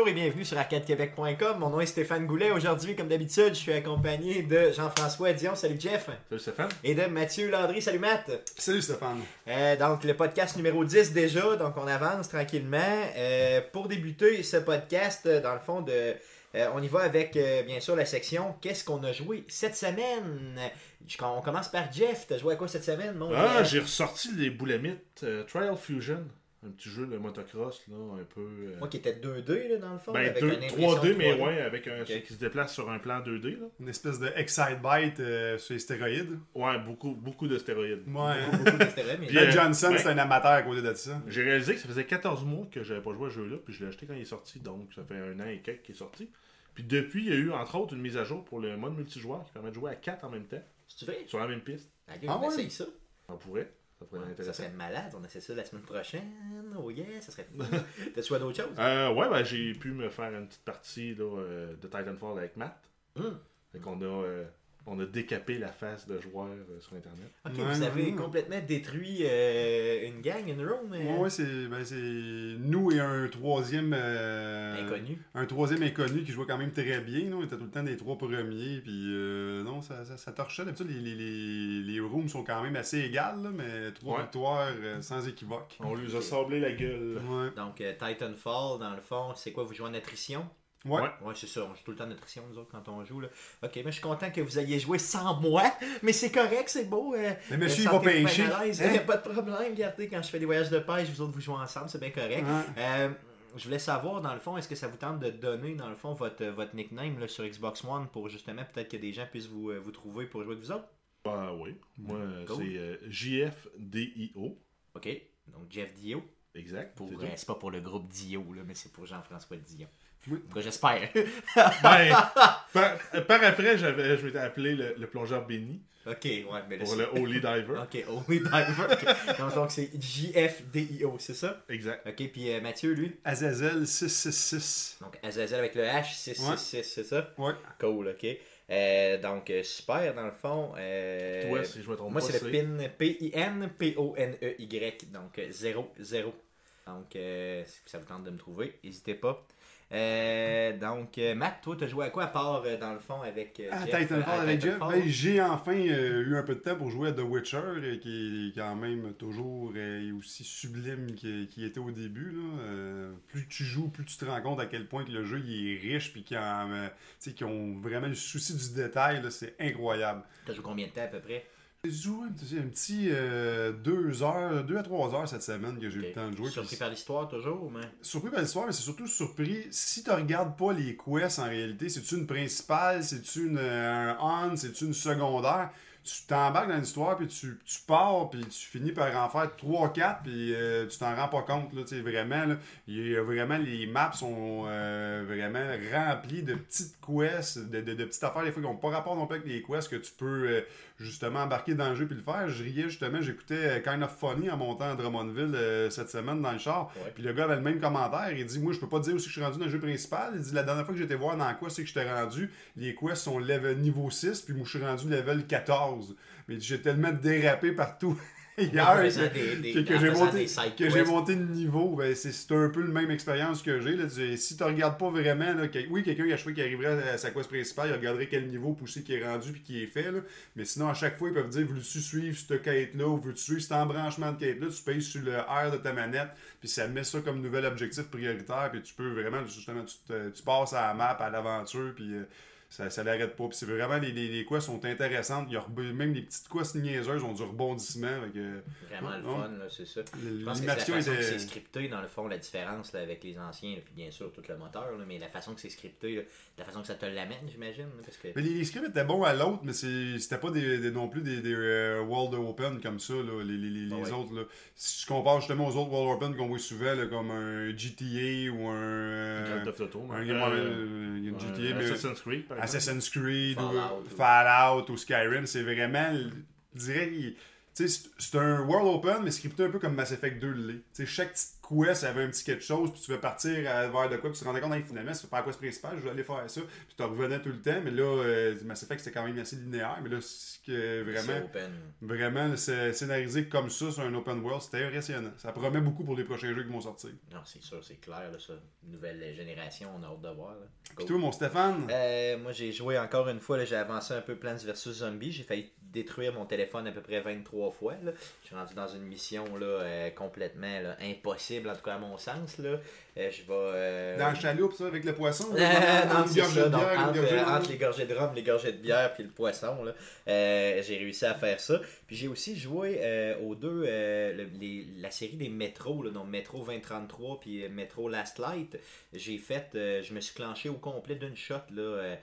Bonjour et bienvenue sur arcadequebec.com. Mon nom est Stéphane Goulet. Aujourd'hui, comme d'habitude, je suis accompagné de Jean-François Dion. Salut Jeff. Salut Stéphane. Et de Mathieu Landry. Salut Matt. Salut Stéphane. Donc, le podcast numéro 10 déjà. Donc, on avance tranquillement. Pour débuter ce podcast, dans le fond, on y va avec, bien sûr, la section « Qu'est-ce qu'on a joué cette semaine? » On commence par Jeff. T'as joué à quoi cette semaine, mon J'ai ressorti les boulamites Trial Fusion. Un petit jeu de motocross, là, un peu... Moi qui était 2D, là, dans le fond. Ben, avec 3D, mais ouais, avec un qui se déplace sur un plan 2D, là. Une espèce de Excitebike sur les stéroïdes. Ouais, beaucoup de stéroïdes. Ouais. Beaucoup d'intérêt, mais... Puis Johnson, c'est un amateur à côté de ça. J'ai réalisé que ça faisait 14 mois que j'avais pas joué à ce jeu-là, puis je l'ai acheté quand il est sorti, donc ça fait un an et quelques qu'il est sorti. Puis depuis, il y a eu, entre autres, une mise à jour pour le mode multijoueur qui permet de jouer à 4 en même temps. C'est vrai? Sur la même piste. On essaye ça. On pourrait. Ça pourrait être Ça intéressant. serait malade, on essaie ça la semaine prochaine. Oh yeah, ça serait fou. T'as-tu joué à d'autres choses? Ouais, ben, j'ai pu me faire une petite partie là, de Titanfall avec Matt. Fait qu'on on a décapé la face de joueurs sur Internet. Ok, vous avez complètement détruit une gang, une room. Ouais, c'est nous et un troisième... Inconnu. Un troisième inconnu qui jouait quand même très bien. Là. On était tout le temps des trois premiers. Puis non, ça torchait. D'habitude, les rooms sont quand même assez égales, là, mais trois victoires sans équivoque. On lui a sablé la gueule. Ouais. Donc, Titanfall, dans le fond, c'est quoi? Vous jouez en attrition? Ouais. Ouais, c'est ça. On joue tout le temps en attrition, nous autres, quand on joue. Là. Ok, mais je suis content que vous ayez joué sans moi. Mais c'est correct, c'est beau. Mais monsieur, il va pêcher. Il n'y a pas de problème. Regardez, quand je fais des voyages de pêche, vous autres, vous jouez ensemble. C'est bien correct. Ouais. Je voulais savoir, dans le fond, est-ce que ça vous tente de donner, dans le fond, votre nickname là, sur Xbox One pour justement, peut-être que des gens puissent vous trouver pour jouer avec vous autres? Oui. Moi, cool. c'est JFDIO. Ok. Donc, Jeff Dio. Exact. C'est pas pour le groupe Dio, là, mais c'est pour Jean-François Dion. Oui. En tout cas, j'espère. Par après, je m'étais appelé le plongeur béni. Ok, ouais, mais là, pour le Holy Diver. Ok, Holy Diver. Okay. Donc, c'est JFDIO, c'est ça? Exact. Ok, puis Mathieu, lui? Azazel 666. Donc, Azazel avec le H, 666, c'est ça? Ouais. Cool, ok. Donc, super, dans le fond. Toi, si je me trompe moi, pas, c'est le PIN, PINPONEY, donc 00. Donc, si ça vous tente de me trouver, n'hésitez pas. Donc, Matt, toi, t'as joué à quoi à part, dans le fond, avec Jeff? Titanfall avec Jeff. Ben, j'ai enfin eu un peu de temps pour jouer à The Witcher, qui est quand même toujours aussi sublime qu'il était au début. Là. Plus tu joues, plus tu te rends compte à quel point que le jeu il est riche, puis qu'ils ont vraiment le souci du détail. Là, c'est incroyable. T'as joué combien de temps à peu près? J'ai joué un petit 2 à 3 heures cette semaine que j'ai eu le temps de jouer. Surpris par l'histoire toujours, mais... Surpris par l'histoire, mais c'est surtout surpris si tu regardes pas les quests en réalité. C'est-tu une principale, c'est-tu un on, c'est-tu une secondaire? Tu t'embarques dans l'histoire, puis tu pars, puis tu finis par en faire 3-4, puis tu t'en rends pas compte. Là, vraiment, là, vraiment, les maps sont vraiment remplies de petites quests, de petites affaires, des fois, qui n'ont pas rapport non plus avec les quests, que tu peux justement embarquer dans le jeu puis le faire. Je riais justement, j'écoutais Kind of Funny en montant à Drummondville cette semaine dans le char, puis le gars avait le même commentaire. Il dit, moi, je peux pas te dire où c'est que je suis rendu dans le jeu principal. Il dit, la dernière fois que j'étais voir dans quoi c'est que j'étais rendu, les quests sont niveau 6, puis moi, je suis rendu level 14. Mais j'ai tellement dérapé partout hier que j'ai monté de niveau. Ben, c'est un peu la même expérience que j'ai. Là. Si tu regardes pas vraiment, là, quelqu'un qui arriverait à sa quest principale, il regarderait quel niveau poussé qui est rendu puis qui est fait. Là. Mais sinon, à chaque fois, ils peuvent dire, veux-tu suivre cette quête-là ou veux-tu suivre cet embranchement de quête-là, tu payes sur le R de ta manette, puis ça met ça comme nouvel objectif prioritaire, puis tu peux vraiment, justement, tu passes à la map, à l'aventure, puis... Ça l'arrête pas. Puis c'est vraiment, les quests sont intéressantes. Il y a même les petites quests niaiseuses ont du rebondissement. Vraiment le fun, là, c'est ça. Je pense que c'est la façon que c'est scripté, dans le fond, la différence là, avec les anciens, là, puis bien sûr, tout le moteur, là, mais la façon que c'est scripté, là, la façon que ça te l'amène, j'imagine. Là, parce que... Mais les scripts étaient bons à l'autre, mais c'était pas non plus des World Open comme ça, là, les autres. Là. Si je compare justement aux autres World Open qu'on voit souvent, là, comme un GTA ou un... Grand Theft Auto. GTA, mais... Assassin's Creed, par exemple. Assassin's Creed, Fallout ou Skyrim, c'est vraiment, je dirais, c'est un World Open, mais scripté un peu comme Mass Effect 2 l'est. Chaque petite quest, il y avait un petit quelque chose, puis tu veux partir vers de quoi, puis tu te rendais compte, finalement, c'est pas la quest principale, je vais aller faire ça, puis tu revenais tout le temps, mais là, Mass Effect, c'était quand même assez linéaire, mais là, c'est que vraiment, c'est scénarisé comme ça sur un open world, c'était impressionnant. Ça promet beaucoup pour les prochains jeux qui vont sortir. Non, c'est sûr, c'est clair, là, ça. Nouvelle génération, on a hâte de voir. Puis toi, mon Stéphane? Moi, j'ai joué encore une fois, là, j'ai avancé un peu Plants vs Zombies, j'ai failli détruire mon téléphone à peu près 23 fois. Là. Je suis rendu dans une mission là, complètement là, impossible, en tout cas à mon sens. Là. Je vais. Dans le chaloupe, ça, avec le poisson? Non, c'est ça. Donc, entre les gorgées de rhum, les gorgées de bière, puis le poisson, là, j'ai réussi à faire ça. Puis j'ai aussi joué aux deux, la série des métros, là, donc Métro 2033 puis Métro Last Light. J'ai fait, je me suis clenché au complet d'une shot, là.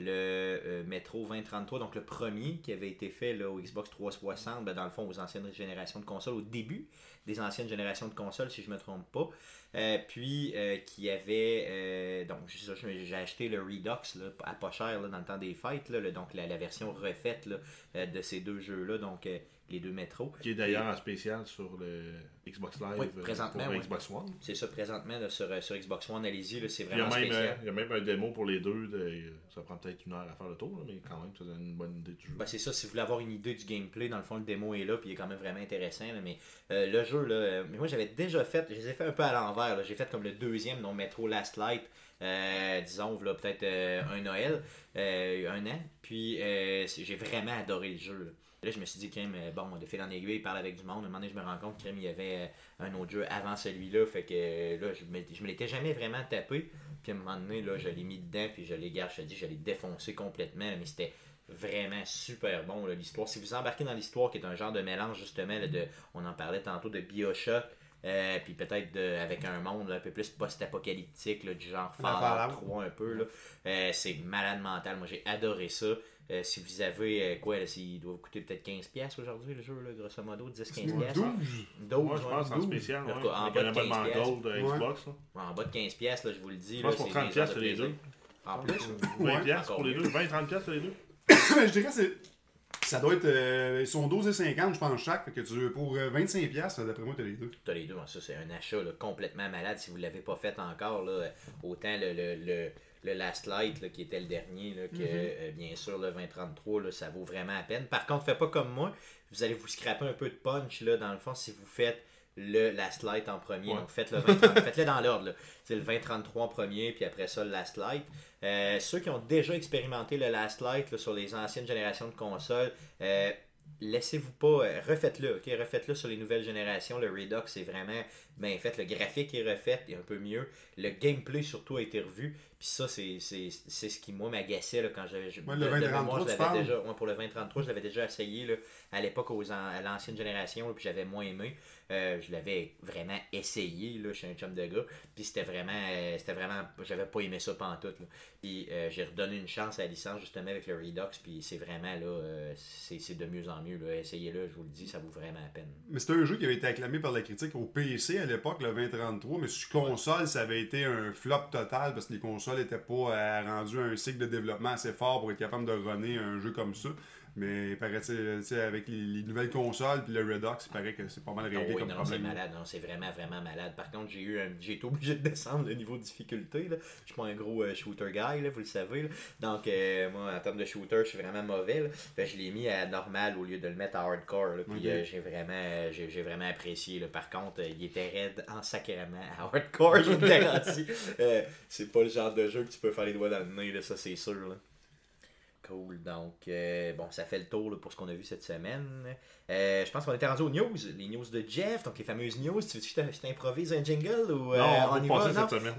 Le Metro 2033, donc le premier qui avait été fait là, au Xbox 360, ben, dans le fond aux anciennes générations de consoles, au début des anciennes générations de consoles, si je ne me trompe pas. Puis qui avait donc j'ai acheté le Redux là, à pas cher là, dans le temps des fêtes, là, donc la version refaite là, de ces deux jeux-là, donc les deux métros. Qui est d'ailleurs en spécial sur le Xbox Live présentement, pour Xbox One. C'est ça, présentement là, sur Xbox One, allez-y, là, c'est vraiment spécial. Il y a même un démo pour les deux, ça prend peut-être 1 heure à faire le tour, là, mais quand même, ça donne une bonne idée du jeu. Ben, c'est ça, si vous voulez avoir une idée du gameplay, dans le fond, le démo est là, puis il est quand même vraiment intéressant, là, mais le jeu, là, moi j'avais déjà fait, je les ai fait un peu à l'envers, là. J'ai fait comme le deuxième, donc Metro Last Light, disons, là, peut-être un Noël, 1 an, puis j'ai vraiment adoré le jeu, là. Là, je me suis dit, crème, bon, de fil en aiguille, il parle avec du monde. À un moment donné, je me rends compte qu'il y avait un autre jeu avant celui-là. Fait que là, je me l'étais jamais vraiment tapé. Puis à un moment donné, là, je l'ai mis dedans. Puis je l'ai défoncé complètement. Mais c'était vraiment super bon, là, l'histoire. Si vous embarquez dans l'histoire, qui est un genre de mélange, justement, là, on en parlait tantôt de BioShock. Puis peut-être avec un monde là, un peu plus post-apocalyptique, là, du genre Fallout 3 un peu. Là. C'est malade mental. Moi, j'ai adoré ça. Si vous avez il doit vous coûter peut-être 15$ aujourd'hui le jeu, là, grosso modo, 10-15$. 12. Moi, je pense en spécial, en bas de 15$. Gold Xbox. Là. En bas de 15$, là, je vous le dis. Je pense pour 30$ pour les deux. En plus. 20$ pour les deux. 20-30$ pour les deux. Je dirais que ça doit être. Ils sont 12,50$, je pense, chaque. Fait que pour 25$, d'après moi, t'as les deux. T'as les deux, ça, c'est un achat là, complètement malade. Si vous ne l'avez pas fait encore, là, autant le Last Light, là, qui était le dernier, là, que bien sûr le 2033, là, ça vaut vraiment la peine. Par contre, faites pas comme moi. Vous allez vous scraper un peu de punch, là, dans le fond, si vous faites le Last Light en premier. Ouais. Donc faites le 20, faites-le dans l'ordre. C'est le 2033 en premier, puis après ça, le Last Light. Ceux qui ont déjà expérimenté le Last Light là, sur les anciennes générations de consoles, laissez-vous pas, refaites-le, ok, refaites-le sur les nouvelles générations. Le Redux c'est vraiment bien fait, le graphique est refait, il est un peu mieux, le gameplay surtout a été revu, puis ça c'est ce qui moi m'agaçait là, quand je le 2033 tu parles? Déjà, pour le 2033 je l'avais déjà essayé là, à l'époque à l'ancienne génération, là, puis j'avais moins aimé. Je l'avais vraiment essayé là, chez un chum de gars, puis c'était vraiment j'avais pas aimé ça pantoute là. Puis j'ai redonné une chance à la licence justement avec le Redux, puis c'est vraiment là c'est de mieux en mieux là. Essayez-le, je vous le dis, ça vaut vraiment la peine. Mais c'était un jeu qui avait été acclamé par la critique au PC à l'époque, le 2033, mais sur console ça avait été un flop total parce que les consoles n'étaient pas rendues à un cycle de développement assez fort pour être capable de runner un jeu comme ça. Mais il paraît, avec les nouvelles consoles puis le Redux, il paraît que c'est pas mal réglé comme problème. C'est malade, non, c'est vraiment, vraiment malade. Par contre, j'ai été obligé de descendre le niveau de difficulté. Là. Je suis pas un gros shooter guy, là, vous le savez. Là. Donc, moi, en termes de shooter, je suis vraiment mauvais. Là. Fait, je l'ai mis à normal au lieu de le mettre à hardcore. Là. Puis j'ai vraiment apprécié. Là. Par contre, il était raide en sacrément à hardcore, je vous le garantis. C'est pas le genre de jeu que tu peux faire les doigts dans le nez, là, ça c'est sûr. Là. Cool, donc bon, ça fait le tour là, pour ce qu'on a vu cette semaine. Je pense qu'on était rendu aux news, les news de Jeff, donc les fameuses news. Tu veux que je t'improvise un jingle ou on y va? Non, cette semaine.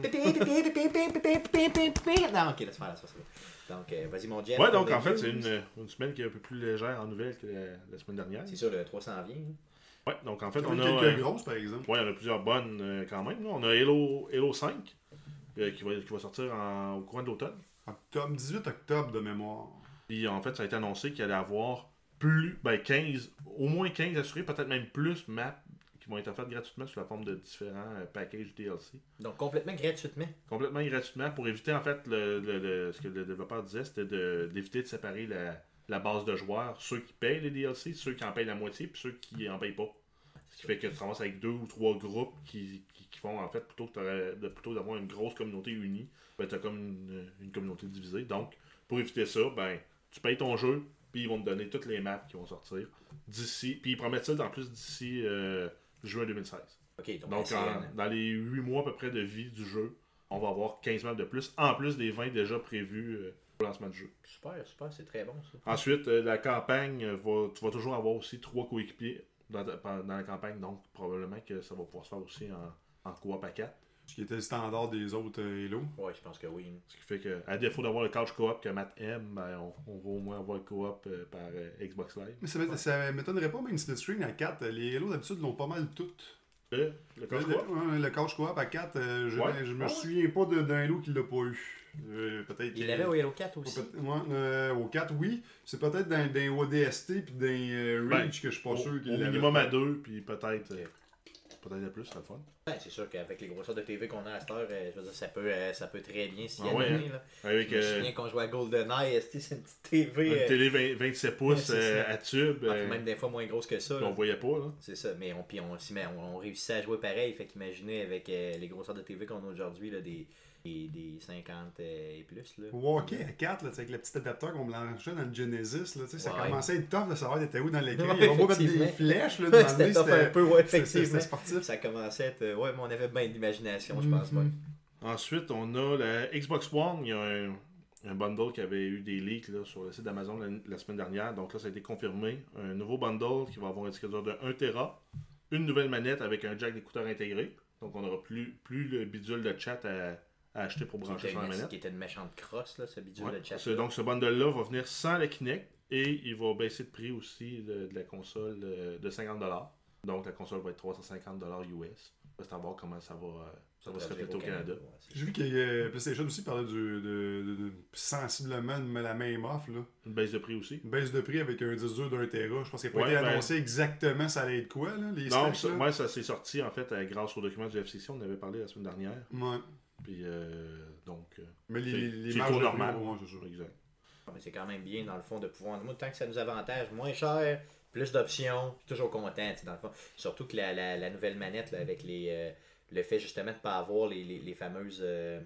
Non, ok, laisse faire. Donc, vas-y mon Jeff. Ouais, donc en fait, c'est une semaine qui est un peu plus légère en nouvelles que la semaine dernière. C'est sûr, le 300 vient. Ouais, donc en fait, on a quelques grosses par exemple. Ouais, on a plusieurs bonnes quand même. Là. On a Halo 5 qui va sortir au courant de l'automne. 18 octobre de mémoire. Puis en fait, ça a été annoncé qu'il allait avoir au moins 15 assurés, peut-être même plus maps qui vont être offertes gratuitement sous la forme de différents packages DLC. Donc complètement gratuitement. Complètement gratuitement pour éviter en fait ce que le développeur disait, c'était d'éviter de séparer la base de joueurs, ceux qui payent les DLC, ceux qui en payent la moitié, puis ceux qui en payent pas. Ce qui fait que tu commences avec 2 ou 3 groupes qui font, en fait, plutôt d'avoir une grosse communauté unie, ben, tu as comme une communauté divisée. Donc, pour éviter ça, ben, tu payes ton jeu, puis ils vont te donner toutes les maps qui vont sortir d'ici. Puis ils promettent ça en plus d'ici juin 2016. Ok, donc dans les 8 mois à peu près de vie du jeu, on va avoir 15 maps de plus, en plus des 20 déjà prévus au lancement du jeu. Super, c'est très bon ça. Ensuite, la campagne, tu vas toujours avoir aussi 3 coéquipiers dans la campagne, donc probablement que ça va pouvoir se faire aussi en coop à 4. Ce qui était le standard des autres Halo. Ouais, je pense que oui. Ce qui fait que, à défaut d'avoir le couch coop que Matt aime, ben, on va au moins avoir le coop par Xbox Live. Mais ça m'étonnerait pas, mais une split screen à 4, les Halo d'habitude l'ont pas mal toutes. Le couch coop? Le couch coop à 4, je me Ouais. souviens pas d'un Halo qui l'a pas eu. Peut-être. Il l'avait au Halo 4 aussi. Au 4, oui. C'est peut-être dans ODST puis dans Reach que je suis pas sûr qu'il l'avait. Au minimum à 2, puis peut-être à plus, ça le fun. Ouais, c'est sûr qu'avec les grosseurs de TV qu'on a à cette heure, je veux dire, ça peut très bien s'y ouais, adonner. Là. Avec, je me souviens qu'on jouait à GoldenEye, c'est une petite TV. Une télé 27 pouces à tube. Même des fois moins grosse que ça. On voyait pas, là. C'est ça, mais on réussissait à jouer pareil. Fait qu'imaginez avec les grosseurs de TV qu'on a aujourd'hui, là, des 50 et plus. Là. Ok, à 4, là, avec le petit adapteur qu'on branchait dans le Genesis, là, ça commençait à être tough de savoir t'étais où dans l'écran. Il y avait pas des flèches. Là, c'était tough un peu, ouais, effectivement. C'était sportif. Ça commençait à être... Ouais, mais on avait bien d'imagination, je pense. Ouais. Ensuite, on a la Xbox One. Il y a un bundle qui avait eu des leaks là, sur le site d'Amazon la semaine dernière. Donc là, ça a été confirmé. Un nouveau bundle qui va avoir un disque dur de 1 Tera, une nouvelle manette avec un jack d'écouteur intégré. Donc on n'aura plus le bidule de chat à acheter pour brancher sur la manette. Qui était une méchante crosse, là, ce bidule de chat. Donc ce bundle-là va venir sans la Kinect et il va baisser de prix aussi de la console de 50$. Donc la console va être 350$ US. On va savoir comment ça va se refléter au Canada. J'ai vu que PlayStation aussi parlait de sensiblement la même offre. Là. Une baisse de prix aussi. Une baisse de prix avec un disque dur d'1 Tera. Je pense qu'il n'a pas été annoncé exactement ça allait être quoi, là, les specs. Ça s'est sorti en fait grâce au document du FCC. On en avait parlé la semaine dernière. Ouais. Puis donc. Mais les c'est marges normal. C'est sûr. Exact. Mais c'est quand même bien, dans le fond, de pouvoir. Moi, tant que ça nous avantage, moins cher, plus d'options, je suis toujours content, dans le fond. Surtout que la nouvelle manette, là, avec le fait justement de ne pas avoir les fameuses.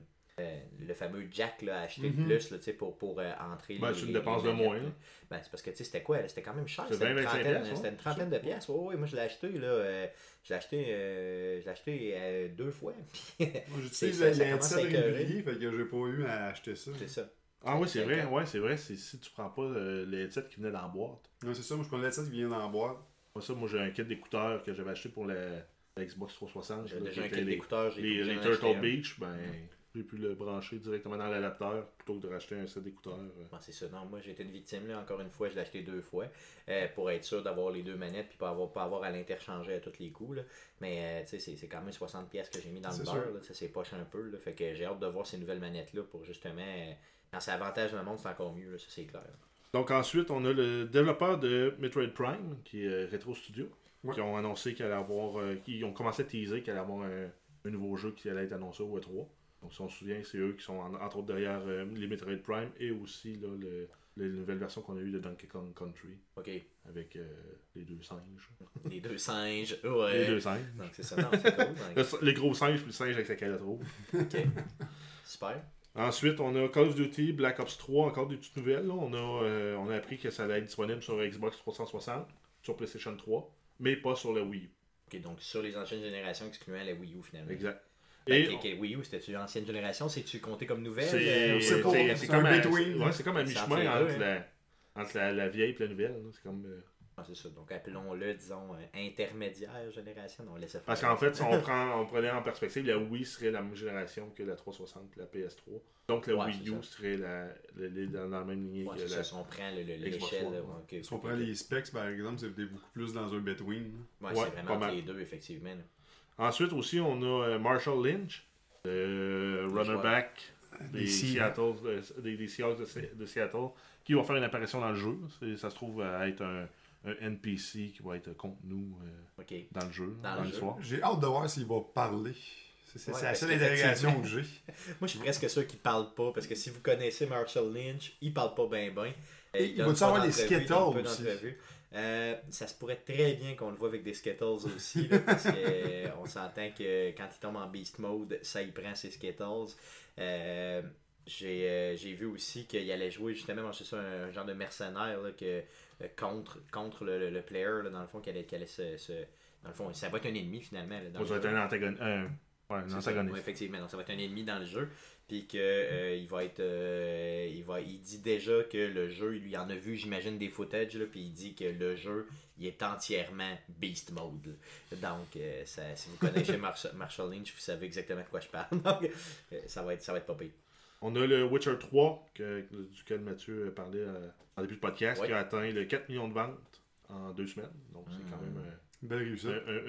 Le fameux jack là, à acheter de plus là, pour entrer c'est une dépense de moins. C'est parce que c'était quoi? C'était quand même cher. C'était une trentaine de pièces. Ouais, moi je l'ai acheté là. Je l'ai acheté 2 fois. Moi j'utilise le headset régulier, fait que j'ai pas eu à acheter ça. C'est ça. Ah oui, c'est vrai. Ouais, c'est vrai. Si tu prends pas le headset qui venait dans la boîte. Non, c'est ça. Moi je prends le headset qui vient dans la boîte. Moi j'ai un kit d'écouteurs que j'avais acheté pour la Xbox 360. J'ai déjà un kit d'écouteurs. Les Turtle Beach, j'ai pu le brancher directement dans l'adapteur plutôt que de racheter un set d'écouteurs. C'est ça. Non, moi j'ai été une victime. Là. Encore une fois, je l'ai acheté 2 fois pour être sûr d'avoir les 2 manettes puis pas avoir à l'interchanger à tous les coups. Là. Mais c'est quand même 60$ que j'ai mis dans le beurre. Ça c'est poche un peu. Là. Fait que j'ai hâte de voir ces nouvelles manettes-là pour justement. Quand ça avantage le monde, c'est encore mieux. Là. Ça c'est clair. Donc ensuite, on a le développeur de Metroid Prime, qui est Retro Studio, qui ont annoncé qu'ils allaient avoir. Qui ont commencé à teaser qu'il allait avoir un nouveau jeu qui allait être annoncé au E3. Donc, si on se souvient, c'est eux qui sont entre autres derrière les Metroid Prime et aussi là, les nouvelles versions qu'on a eues de Donkey Kong Country. OK. Avec les 2 singes. Les 2 singes, ouais. Les 2 singes. Donc, c'est ça, non, c'est cool. Les gros singes puis le singe avec sa calotte rouge. OK. Super. Ensuite, on a Call of Duty Black Ops 3, encore des petites nouvelles. Là. On a appris que ça allait être disponible sur Xbox 360, sur PlayStation 3, mais pas sur la Wii U. OK, donc sur les anciennes générations excluant la Wii U finalement. Exact. Wii U, c'était-tu l'ancienne génération? C'est-tu compté comme nouvelle? C'est comme à mi-chemin entre la vieille et la nouvelle. C'est comme... c'est ça. Donc appelons-le, disons, intermédiaire génération. On laisse faire. Parce qu'en fait, si on prenait en perspective, la Wii serait la même génération que la 360 et la PS3. Donc la Wii U serait dans la même lignée que la... Si on prend l'échelle. Si on prend les specs, par exemple, c'est beaucoup plus dans un between. C'est vraiment les deux, effectivement. Là. Ensuite aussi, on a Marshall Lynch, runner-back des Seattle de Seattle, qui va faire une apparition dans le jeu. Ça se trouve à être un NPC qui va être contre nous dans le jeu, dans l'histoire. J'ai hâte de voir s'il va parler. C'est la seule interrogation que j'ai. Moi, je suis presque sûr qu'il parle pas, parce que si vous connaissez Marshall Lynch, il parle pas bien. Il va-tu avoir les Skittles aussi? Ça se pourrait très bien qu'on le voit avec des Skittles aussi, là, parce qu'on s'entend que quand il tombe en Beast Mode, ça y prend ses Skittles. J'ai vu aussi qu'il allait jouer justement, c'est ça, un genre de mercenaire là, contre le player, là, dans le fond, qu'elle allait dans le fond, ça va être un ennemi finalement. Là, Ça va être un antagoniste. Un antagoniste. Oui, effectivement, donc ça va être un ennemi dans le jeu. Puis qu'il va être. Il dit déjà que le jeu, il lui en a vu, j'imagine, des footages, là, puis il dit que le jeu, il est entièrement Beast Mode. Là. Donc, si vous connaissez Marshall Lynch, vous savez exactement de quoi je parle. Donc, ça va être pas pire. On a le Witcher 3, duquel Mathieu parlait en début de podcast, Ouais. qui a atteint le 4 millions de ventes en 2 semaines. Donc, c'est quand même Belle réussite.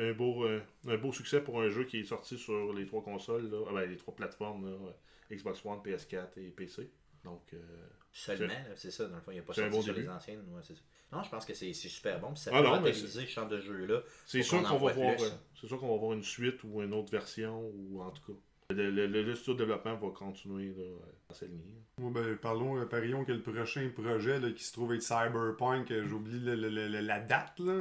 un beau succès pour un jeu qui est sorti sur les 3 consoles, là, les 3 plateformes, là, Xbox One, PS4 et PC. Donc, Seulement, là, c'est ça, dans le fond, il n'y a pas c'est un sorti bon sur début. les anciennes. Ouais, c'est ça. Non, je pense que c'est super bon. Puis ça Ah peut non, mais rentabiliser ce genre de jeu-là. c'est Faut sûr qu'on en qu'on va voit voir, plus. c'est sûr qu'on va voir une suite ou une autre version, ou en tout cas. Le studio de développement va continuer là, à s'aligner. Parions que le prochain projet là, qui se trouve être Cyberpunk, j'ai oublié la date. Là,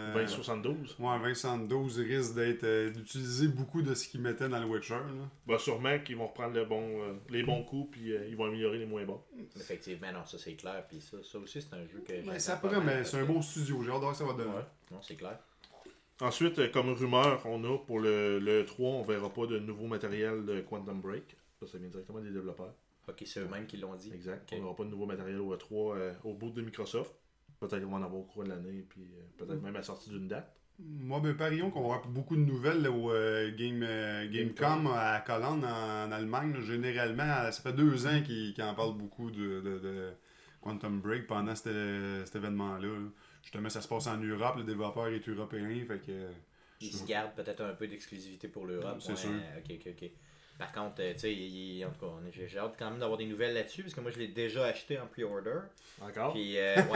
2072. Ouais, 2072 risque d'utiliser beaucoup de ce qu'ils mettaient dans le Witcher. Là. Bah, sûrement qu'ils vont reprendre les bons coups, puis ils vont améliorer les moins bons. Effectivement, non, ça c'est clair. Puis ça aussi, c'est un jeu que Ouais, j'aime ça pas pourrait, mal, mais c'est un parce bon studio. J'ai hâte de voir ce que ça va que- donner. Ouais, non, c'est clair. Ensuite, comme rumeur, on a pour le 3, on verra pas de nouveau matériel de Quantum Break. Ça vient directement des développeurs. Ok, c'est eux-mêmes qui l'ont dit. Exact. Ok. On n'aura pas de nouveau matériel au E3 au bout de Microsoft. Peut-être qu'on va en avoir au cours de l'année, puis peut-être même à la sortie d'une date. Moi, parions qu'on va avoir beaucoup de nouvelles là, au Gamecom à Cologne en Allemagne. Là. Généralement, ça fait 2 ans qu'ils en parlent beaucoup de Quantum Break pendant cet événement-là. Là. Justement, ça se passe en Europe, le développeur est européen, fait que... Ils se gardent peut-être un peu d'exclusivité pour l'Europe. C'est ouais, sûr. Ok. Par contre, tu sais, en tout cas, j'ai hâte quand même d'avoir des nouvelles là-dessus, parce que moi, je l'ai déjà acheté en pre-order. Encore? Puis,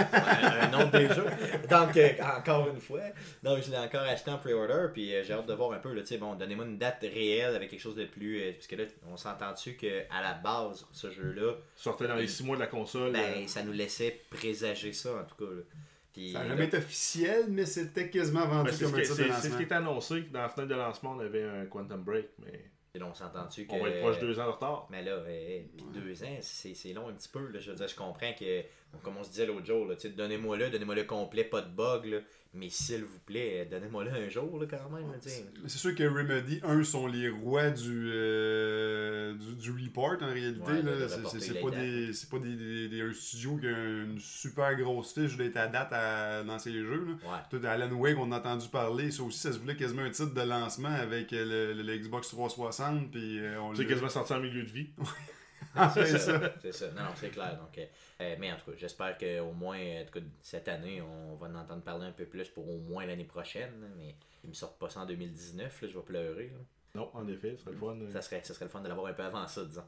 un autre des jeux. Donc, encore une fois. Donc, je l'ai encore acheté en pre-order. Puis, j'ai hâte de voir un peu, là, tu sais, bon, donnez-moi une date réelle avec quelque chose de plus. Parce que là, on s'entend-tu qu'à la base, ce jeu-là, Sortait dans les 6 mois de la console. ben, ça nous laissait présager ça, en tout cas. Là. Puis, Ça n'a là, jamais été officiel, mais c'était quasiment vendu Ben, c'est comme un titre de ce lancement. qui est annoncé. Dans la fenêtre de lancement, on avait un Quantum Break, mais là, on s'entend-tu que. on va être proche de 2 ans de retard. Mais là, puis 2 ans, c'est long un petit peu. Là. Je veux dire, je comprends que, comme on se disait l'autre jour, là, donnez-moi le complet, pas de bug. Là, mais s'il vous plaît, donnez-moi le un jour là, quand même. Là, Mais c'est sûr que Remedy, sont les rois du report en réalité. Ouais, là. de C'est reporter c'est les pas, dates. c'est pas un studio qui a une super grosse fiche d'être à date dans ses jeux. Là. Ouais. Tout Alan Wake, on a entendu parler. Ça aussi, ça se voulait quasiment un titre de lancement avec le Xbox 360. Puis, on C'est l'a- quasiment sorti en milieu de vie. Ah, C'est c'est ça. ça. C'est ça. Non, c'est clair. Donc, mais en tout cas, j'espère qu'au moins, en tout cas, cette année, on va en entendre parler un peu plus pour au moins l'année prochaine. Là, mais ils me sortent pas ça en 2019. Là, je vais pleurer. Là. Non, en effet, ce serait le fun. Ça serait le fun de l'avoir un peu avant ça, disons.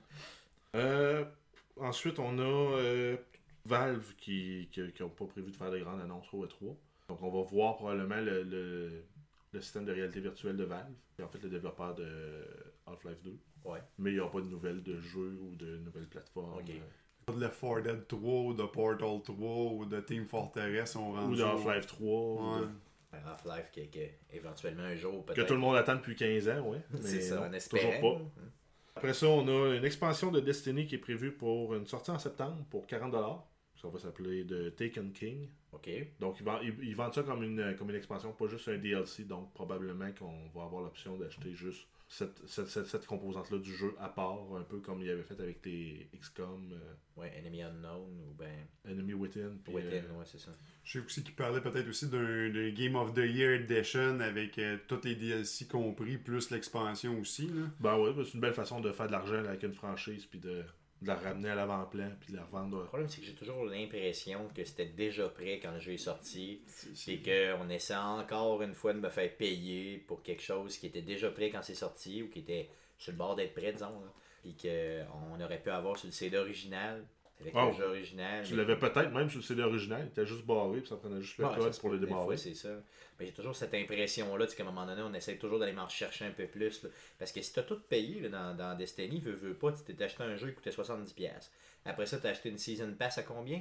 Ensuite, on a Valve qui n'ont pas prévu de faire de grandes annonces au E3. Donc, on va voir probablement le système de réalité virtuelle de Valve, qui est en fait le développeur de Half-Life 2. Ouais. Mais il n'y aura pas de nouvelles de jeux ou de nouvelles plateformes. Ok. De Left 4 Dead 3 ou de Portal 3 ou de Team Fortress on Ou rendu de Half-Life 3. ou Ouais. de- Half-Life, éventuellement un jour, Que peut-être. tout le monde attend depuis 15 ans, oui. C'est ça, non, on espère. toujours pas. Après ça, on a une expansion de Destiny qui est prévue pour une sortie en septembre pour $40. Ça va s'appeler The Taken King. Ok. Donc, ils vendent ça comme une expansion, pas juste un DLC. Donc, probablement qu'on va avoir l'option d'acheter juste cette composante-là du jeu à part, un peu comme il avait fait avec les XCOM, Ouais, Enemy Unknown ou ben. Enemy Within. Puis, Within, ouais, c'est ça. Je sais aussi qu'il parlait peut-être aussi d'un Game of the Year Edition avec tous les DLC compris, plus l'expansion aussi. Là. Ben ouais, c'est une belle façon de faire de l'argent là, avec une franchise, puis de la ramener à l'avant-plan, puis de la revendre. Le problème, c'est que j'ai toujours l'impression que c'était déjà prêt quand le jeu est sorti. Et qu'on essaie encore une fois de me faire payer pour quelque chose qui était déjà prêt quand c'est sorti ou qui était sur le bord d'être prêt, disons. Là. Puis qu'on aurait pu avoir sur le CD original, avec Oh. le jeu original. Tu mais- l'avais peut-être même sur le CD original, il était juste barré, puis ça prenait juste le Ouais, ça code se pour le peut, des débarrer. fois, c'est ça. Mais j'ai toujours cette impression-là, tu sais, qu'à un moment donné, on essaie toujours d'aller m'en chercher un peu plus. Là. Parce que si t'as tout payé là, dans Destiny, veux pas, tu t'es acheté un jeu qui coûtait 70$. Après ça, t'as acheté une Season Pass à combien?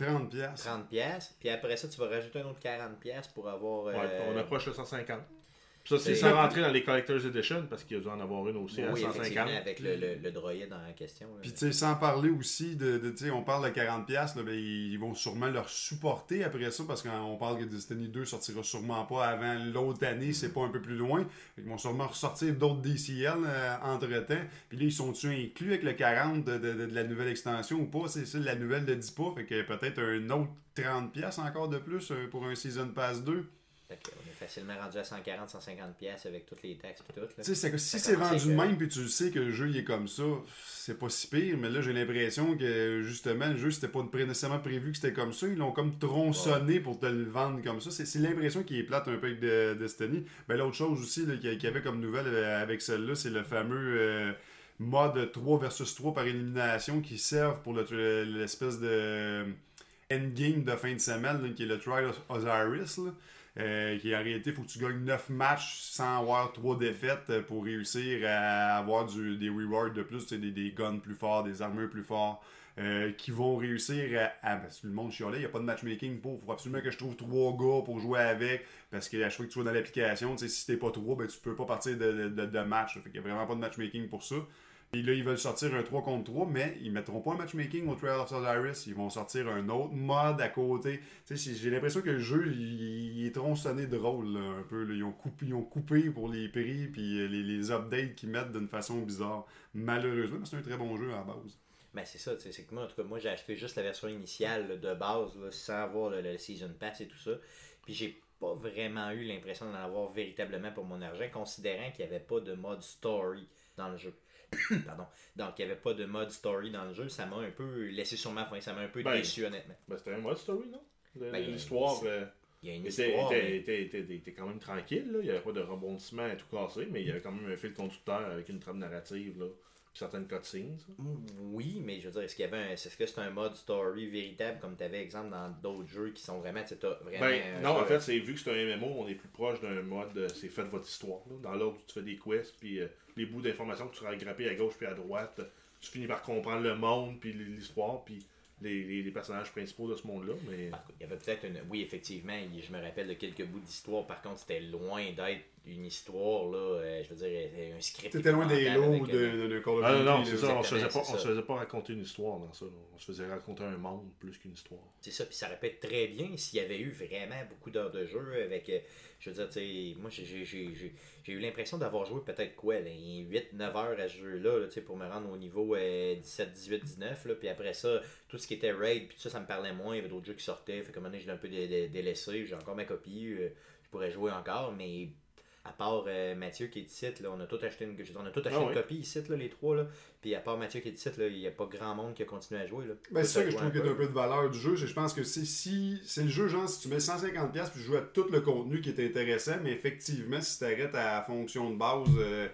30 piastres. 30 piastres. Puis après ça, tu vas rajouter un autre 40 piastres pour avoir... On approche le 150. Puis ça, c'est C'est- sans rentrer dans les Collector's Edition, parce qu'il y a dû en avoir une aussi à oui, 150. effectivement, avec le droïde dans la question. Là. Puis, tu sais, sans parler aussi tu sais, on parle de 40$, là, ben, ils vont sûrement leur supporter après ça, parce qu'on parle que Destiny 2 sortira sûrement pas avant l'autre année, c'est pas un peu plus loin. Ils vont sûrement ressortir d'autres DCL entre-temps. Puis là, ils sont-tu inclus avec le 40 de la nouvelle extension ou pas? C'est ça, la nouvelle de 10 pas, fait que peut-être un autre 30$ encore de plus pour un Season Pass 2. Fait qu'on est facilement rendu à 140-150 piastres avec toutes les taxes et tout. Là. Tu sais, si Ça c'est commence vendu de avec, même puis tu le sais que le jeu il est comme ça, c'est pas si pire, mais là j'ai l'impression que justement le jeu c'était pas nécessairement prévu que c'était comme ça, ils l'ont comme tronçonné pour te le vendre comme ça. C'est l'impression qu'il est plate un peu avec Destiny. Ben l'autre chose aussi qu'il y avait comme nouvelle avec celle-là, c'est le fameux mode 3 versus 3 par élimination qui servent pour l'espèce de endgame de fin de semaine là, qui est le Trial of Osiris là. Qui en réalité, il faut que tu gagnes 9 matchs sans avoir 3 défaites pour réussir à avoir des rewards de plus, des guns plus forts, des armures plus forts, qui vont réussir parce que le monde chialait, il n'y a pas de matchmaking il faut absolument que je trouve 3 gars pour jouer avec, parce que à chaque fois que tu vas dans l'application, si t'es pas 3, ben, tu peux pas partir de match. Fait qu'il n'y a vraiment pas de matchmaking pour ça. Et là, ils veulent sortir un 3 contre 3, mais ils mettront pas un matchmaking au Trial of Osiris. Ils vont sortir un autre mode à côté. J'ai l'impression que le jeu, il est tronçonné drôle, là, un peu. Là. Ils ont coupé pour les prix, puis les updates qu'ils mettent d'une façon bizarre. Malheureusement, mais c'est un très bon jeu à la base. Ben c'est ça, c'est que moi, en tout cas, moi j'ai acheté juste la version initiale là, de base, là, sans avoir le Season Pass et tout ça. Puis j'ai pas vraiment eu l'impression d'en avoir véritablement pour mon argent, considérant qu'il n'y avait pas de mode story dans le jeu. Pardon. Donc, il n'y avait pas de mode story dans le jeu. Ça m'a un peu laissé sur ma faim. Ça m'a un peu déçu, honnêtement. Ben, c'était un mode story, non? L'histoire. Il y a une histoire. T'es quand même tranquille, là. Il n'y avait pas de rebondissement à tout casser, mais il y avait quand même un fil conducteur avec une trame narrative, là. Puis certaines cutscenes. Oui, mais je veux dire, est-ce que c'est un mode story véritable comme tu avais exemple dans d'autres jeux qui sont vraiment, Non, en fait, c'est vu que c'est un MMO, on est plus proche d'un mode c'est faites votre histoire. Là. Dans l'ordre où tu fais des quests, puis les bouts d'informations que tu vas grapper à gauche puis à droite, tu finis par comprendre le monde, puis l'histoire, puis les personnages principaux de ce monde-là. Mais... Il y avait peut-être une. Oui, effectivement, je me rappelle de quelques bouts d'histoire. Par contre, c'était loin d'être une histoire, là. Je veux dire, un script. C'était loin des lots ou de Call of Duty. Non, c'est ça. On se faisait pas raconter une histoire dans ça. Là. On se faisait raconter un monde plus qu'une histoire. C'est ça, puis ça répète très bien s'il y avait eu vraiment beaucoup d'heures de jeu avec. Je veux dire, tu sais, moi j'ai eu l'impression d'avoir joué peut-être quoi, 8-9 heures à ce jeu-là, là, pour me rendre au niveau 17, 18, 19. Là, puis après ça, tout ce qui était raid, puis tout ça, ça me parlait moins. Il y avait d'autres jeux qui sortaient. Fait que maintenant, je l'ai un peu délaissé. J'ai encore ma copie. Je pourrais jouer encore, mais à part Mathieu qui est ici, là, on a tous acheté une copie ici, là, les trois. Là. Puis à part Mathieu qui est ici, il n'y a pas grand monde qui a continué à jouer. Là. Ben, c'est ça que je trouve qu'il y a un peu de valeur du jeu. Je pense que si c'est le jeu, genre, si tu mets 150$ puis tu joues à tout le contenu qui est intéressant, mais effectivement, si tu arrêtes à la fonction de base,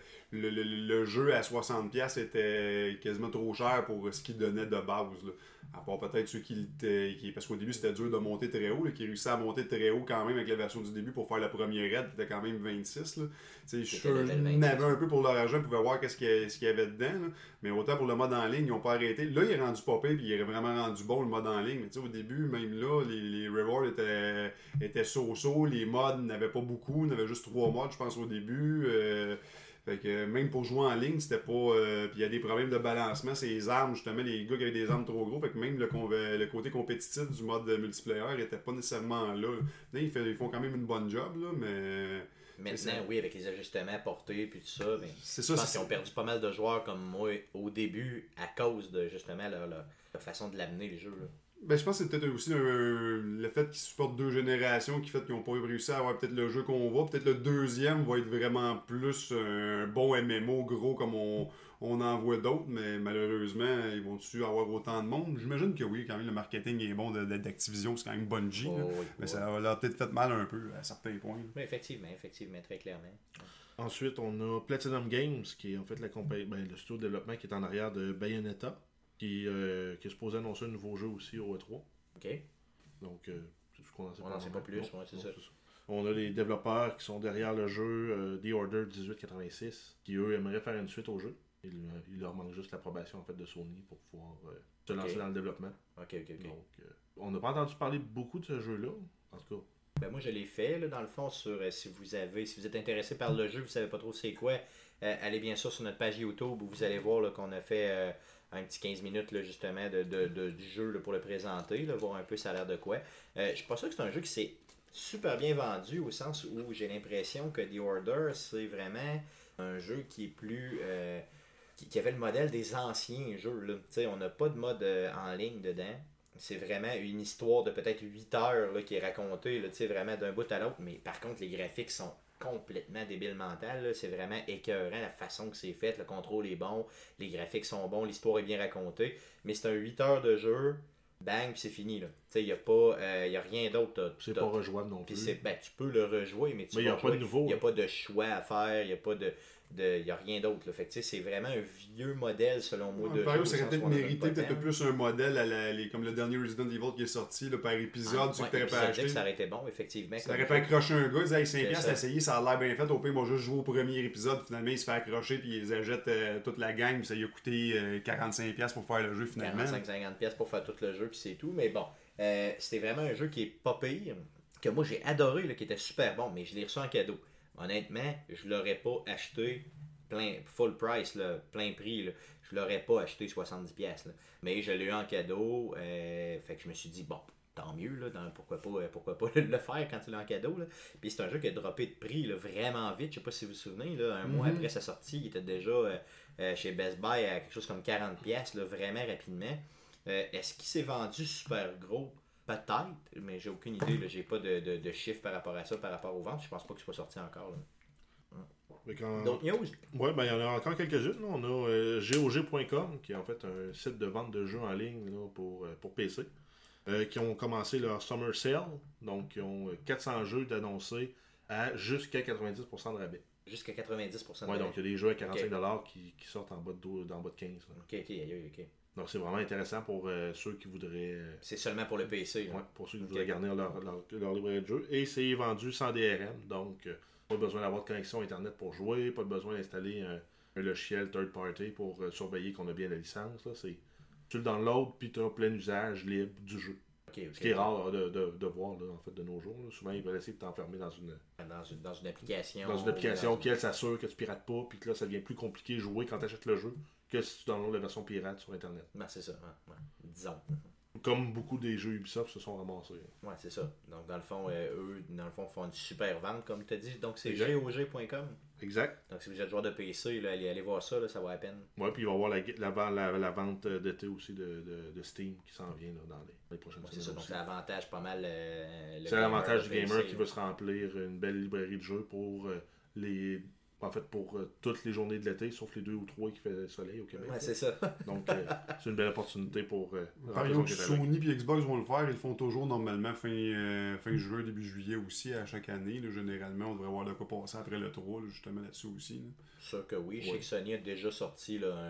le jeu à 60$ était quasiment trop cher pour ce qu'il donnait de base. Là. À part peut-être ceux qui parce qu'au début c'était dur de monter très haut, là, qui réussissaient à monter très haut quand même avec la version du début pour faire la première raid, qui était quand même 26. Là. Je suis sûr qu'ils avaient un peu pour leur argent, pouvaient voir qu'est-ce qu'il y avait dedans. Là. Mais autant pour le mode en ligne, ils n'ont pas arrêté. Là, il est rendu pas pire, puis il est vraiment rendu bon le mode en ligne. Mais au début, même là, les rewards étaient so-so, les mods n'avaient pas beaucoup, il y avait juste 3 mods, je pense, au début. Fait que même pour jouer en ligne, c'était pas. Puis il y a des problèmes de balancement, ces armes, justement, les gars qui avaient des armes trop gros. Fait que même le côté compétitif du mode multiplayer était pas nécessairement là. Là, ils font quand même une bonne job, là, mais. Maintenant, oui, avec les ajustements apportés puis tout ça, mais je pense qu'ils ont perdu pas mal de joueurs comme moi au début à cause de justement leur façon de l'amener, le jeu. Là. Ben, je pense que c'est peut-être aussi le fait qu'ils supportent 2 générations qui fait qu'ils n'ont pas réussi à avoir peut-être le jeu qu'on va. Peut-être le deuxième va être vraiment plus un bon MMO gros comme on en voit d'autres, mais malheureusement, ils vont-tu avoir autant de monde? J'imagine que oui, quand même, le marketing est bon d'Activision, c'est quand même Bungie. Mais ça leur a peut-être fait mal un peu à certains points. Oui, effectivement, très clairement. Ensuite, on a Platinum Games, qui est en fait le studio de développement qui est en arrière de Bayonetta. Qui est supposé annoncer un nouveau jeu aussi au E3. OK. Donc, c'est tout ce qu'on en sait. On n'en sait pas plus, c'est ça. On a les développeurs qui sont derrière le jeu The Order 1886, qui eux aimeraient faire une suite au jeu. Il leur manque juste l'approbation en fait, de Sony pour pouvoir se lancer dans le développement. Ok. Donc, on n'a pas entendu parler beaucoup de ce jeu-là, en tout cas. Ben moi je l'ai fait là, dans le fond sur si vous êtes intéressé par le jeu, vous savez pas trop c'est quoi, allez bien sûr sur notre page YouTube où vous allez voir là, qu'on a fait un petit 15 minutes là, justement du jeu là, pour le présenter, là, voir un peu ça a l'air de quoi. Je suis pas sûr que c'est un jeu qui s'est super bien vendu au sens où j'ai l'impression que The Order c'est vraiment un jeu qui est plus qui avait le modèle des anciens jeux là. T'sais, on n'a pas de mode en ligne dedans. C'est vraiment une histoire de peut-être 8 heures là, qui est racontée, là, vraiment d'un bout à l'autre. Mais par contre, les graphiques sont complètement débiles mentales. Là. C'est vraiment écœurant la façon que c'est fait. Le contrôle est bon, les graphiques sont bons, l'histoire est bien racontée. Mais c'est un 8 heures de jeu, bang, puis c'est fini. Il n'y a rien d'autre. C'est pas rejouable non plus. Tu peux le rejouer, mais il n'y a pas de nouveau. Il n'y a pas de choix à faire, il n'y a pas y a rien d'autre. Là. Fait que, c'est vraiment un vieux modèle selon moi de jeu. Ça aurait peut-être mérité peut-être plus un modèle comme le dernier Resident Evil qui est sorti là, par épisode. Tu t'aurais pas acheté. Ça aurait été bon, effectivement. Ça aurait pas accroché un gars, il disait 5$ à essayer, ça a l'air bien fait. Au pire, moi juste jouer au premier épisode, finalement il se fait accrocher puis ils achètent toute la gang, puis ça lui a coûté 45$ pour faire le jeu finalement. 45-50$ pour faire tout le jeu, puis c'est tout. Mais bon, c'était vraiment un jeu qui est pas pire, que moi j'ai adoré, là, qui était super bon, mais je l'ai reçu en cadeau. Honnêtement, je l'aurais pas acheté full price, là, plein prix. Là. Je l'aurais pas acheté 70$. Là. Mais je l'ai eu en cadeau. Fait que je me suis dit, bon, tant mieux. Là, pourquoi pas le faire quand tu l'as en cadeau. Là. Puis c'est un jeu qui a droppé de prix là, vraiment vite. Je sais pas si vous vous souvenez. Là, un mois après sa sortie, il était déjà chez Best Buy à quelque chose comme 40$, là, vraiment rapidement. Est-ce qu'il s'est vendu super gros? Peut-être, mais j'ai aucune idée. Là. J'ai pas de chiffres par rapport à ça, par rapport aux ventes. Je pense pas qu'il soit sorti encore. Là. D'autres news? Oui, ben il y en a encore quelques-unes. Là. On a GOG.com, qui est en fait un site de vente de jeux en ligne là, pour PC, qui ont commencé leur Summer Sale. Donc, ils ont 400 jeux d'annoncer à jusqu'à 90% de rabais. Jusqu'à 90% de rabais. Oui, donc il y a des jeux à 45$ qui sortent en bas de 15. Là. Ok. Donc, c'est vraiment intéressant pour ceux qui voudraient... c'est seulement pour le PC. Oui, pour ceux qui voudraient garder leur librairie de jeux. Et c'est vendu sans DRM, donc... pas besoin d'avoir de connexion Internet pour jouer, pas besoin d'installer un logiciel third party pour surveiller qu'on a bien la licence. Là. Tu le downloads puis tu as plein usage libre du jeu. Ce qui est rare de voir là, en fait, de nos jours. Là. Souvent, ils veulent essayer de t'enfermer dans une application. Dans une application qui, elle, s'assure que tu pirates pas puis que là, ça devient plus compliqué de jouer quand tu achètes le jeu que si tu downloads la version pirate sur Internet. Ben, c'est ça, ouais. Disons. Comme beaucoup des jeux Ubisoft se sont ramassés. Ouais, c'est ça. Donc, dans le fond, eux, font une super vente, comme tu as dit. Donc, c'est GOG.com. Exact. Donc, si vous êtes joueur de PC, là, allez voir ça, là, ça vaut la peine. Ouais, puis il va y avoir la vente d'été aussi de Steam qui s'en vient là, dans les prochaines semaines. C'est ça, donc aussi. c'est l'avantage pas mal. C'est l'avantage du gamer qui veut se remplir une belle librairie de jeux pour toutes les journées de l'été, sauf les 2 ou 3 qui fait soleil au Québec. Ouais, c'est ça. Donc, c'est une belle opportunité pour... Par exemple, Sony et Xbox vont le faire. Ils le font toujours normalement fin juin, début juillet aussi, à chaque année. Là, généralement, on devrait voir le quoi passer après le 3, là, justement là-dessus aussi. Là. Sûr que oui. Je sais que Sony a déjà sorti là,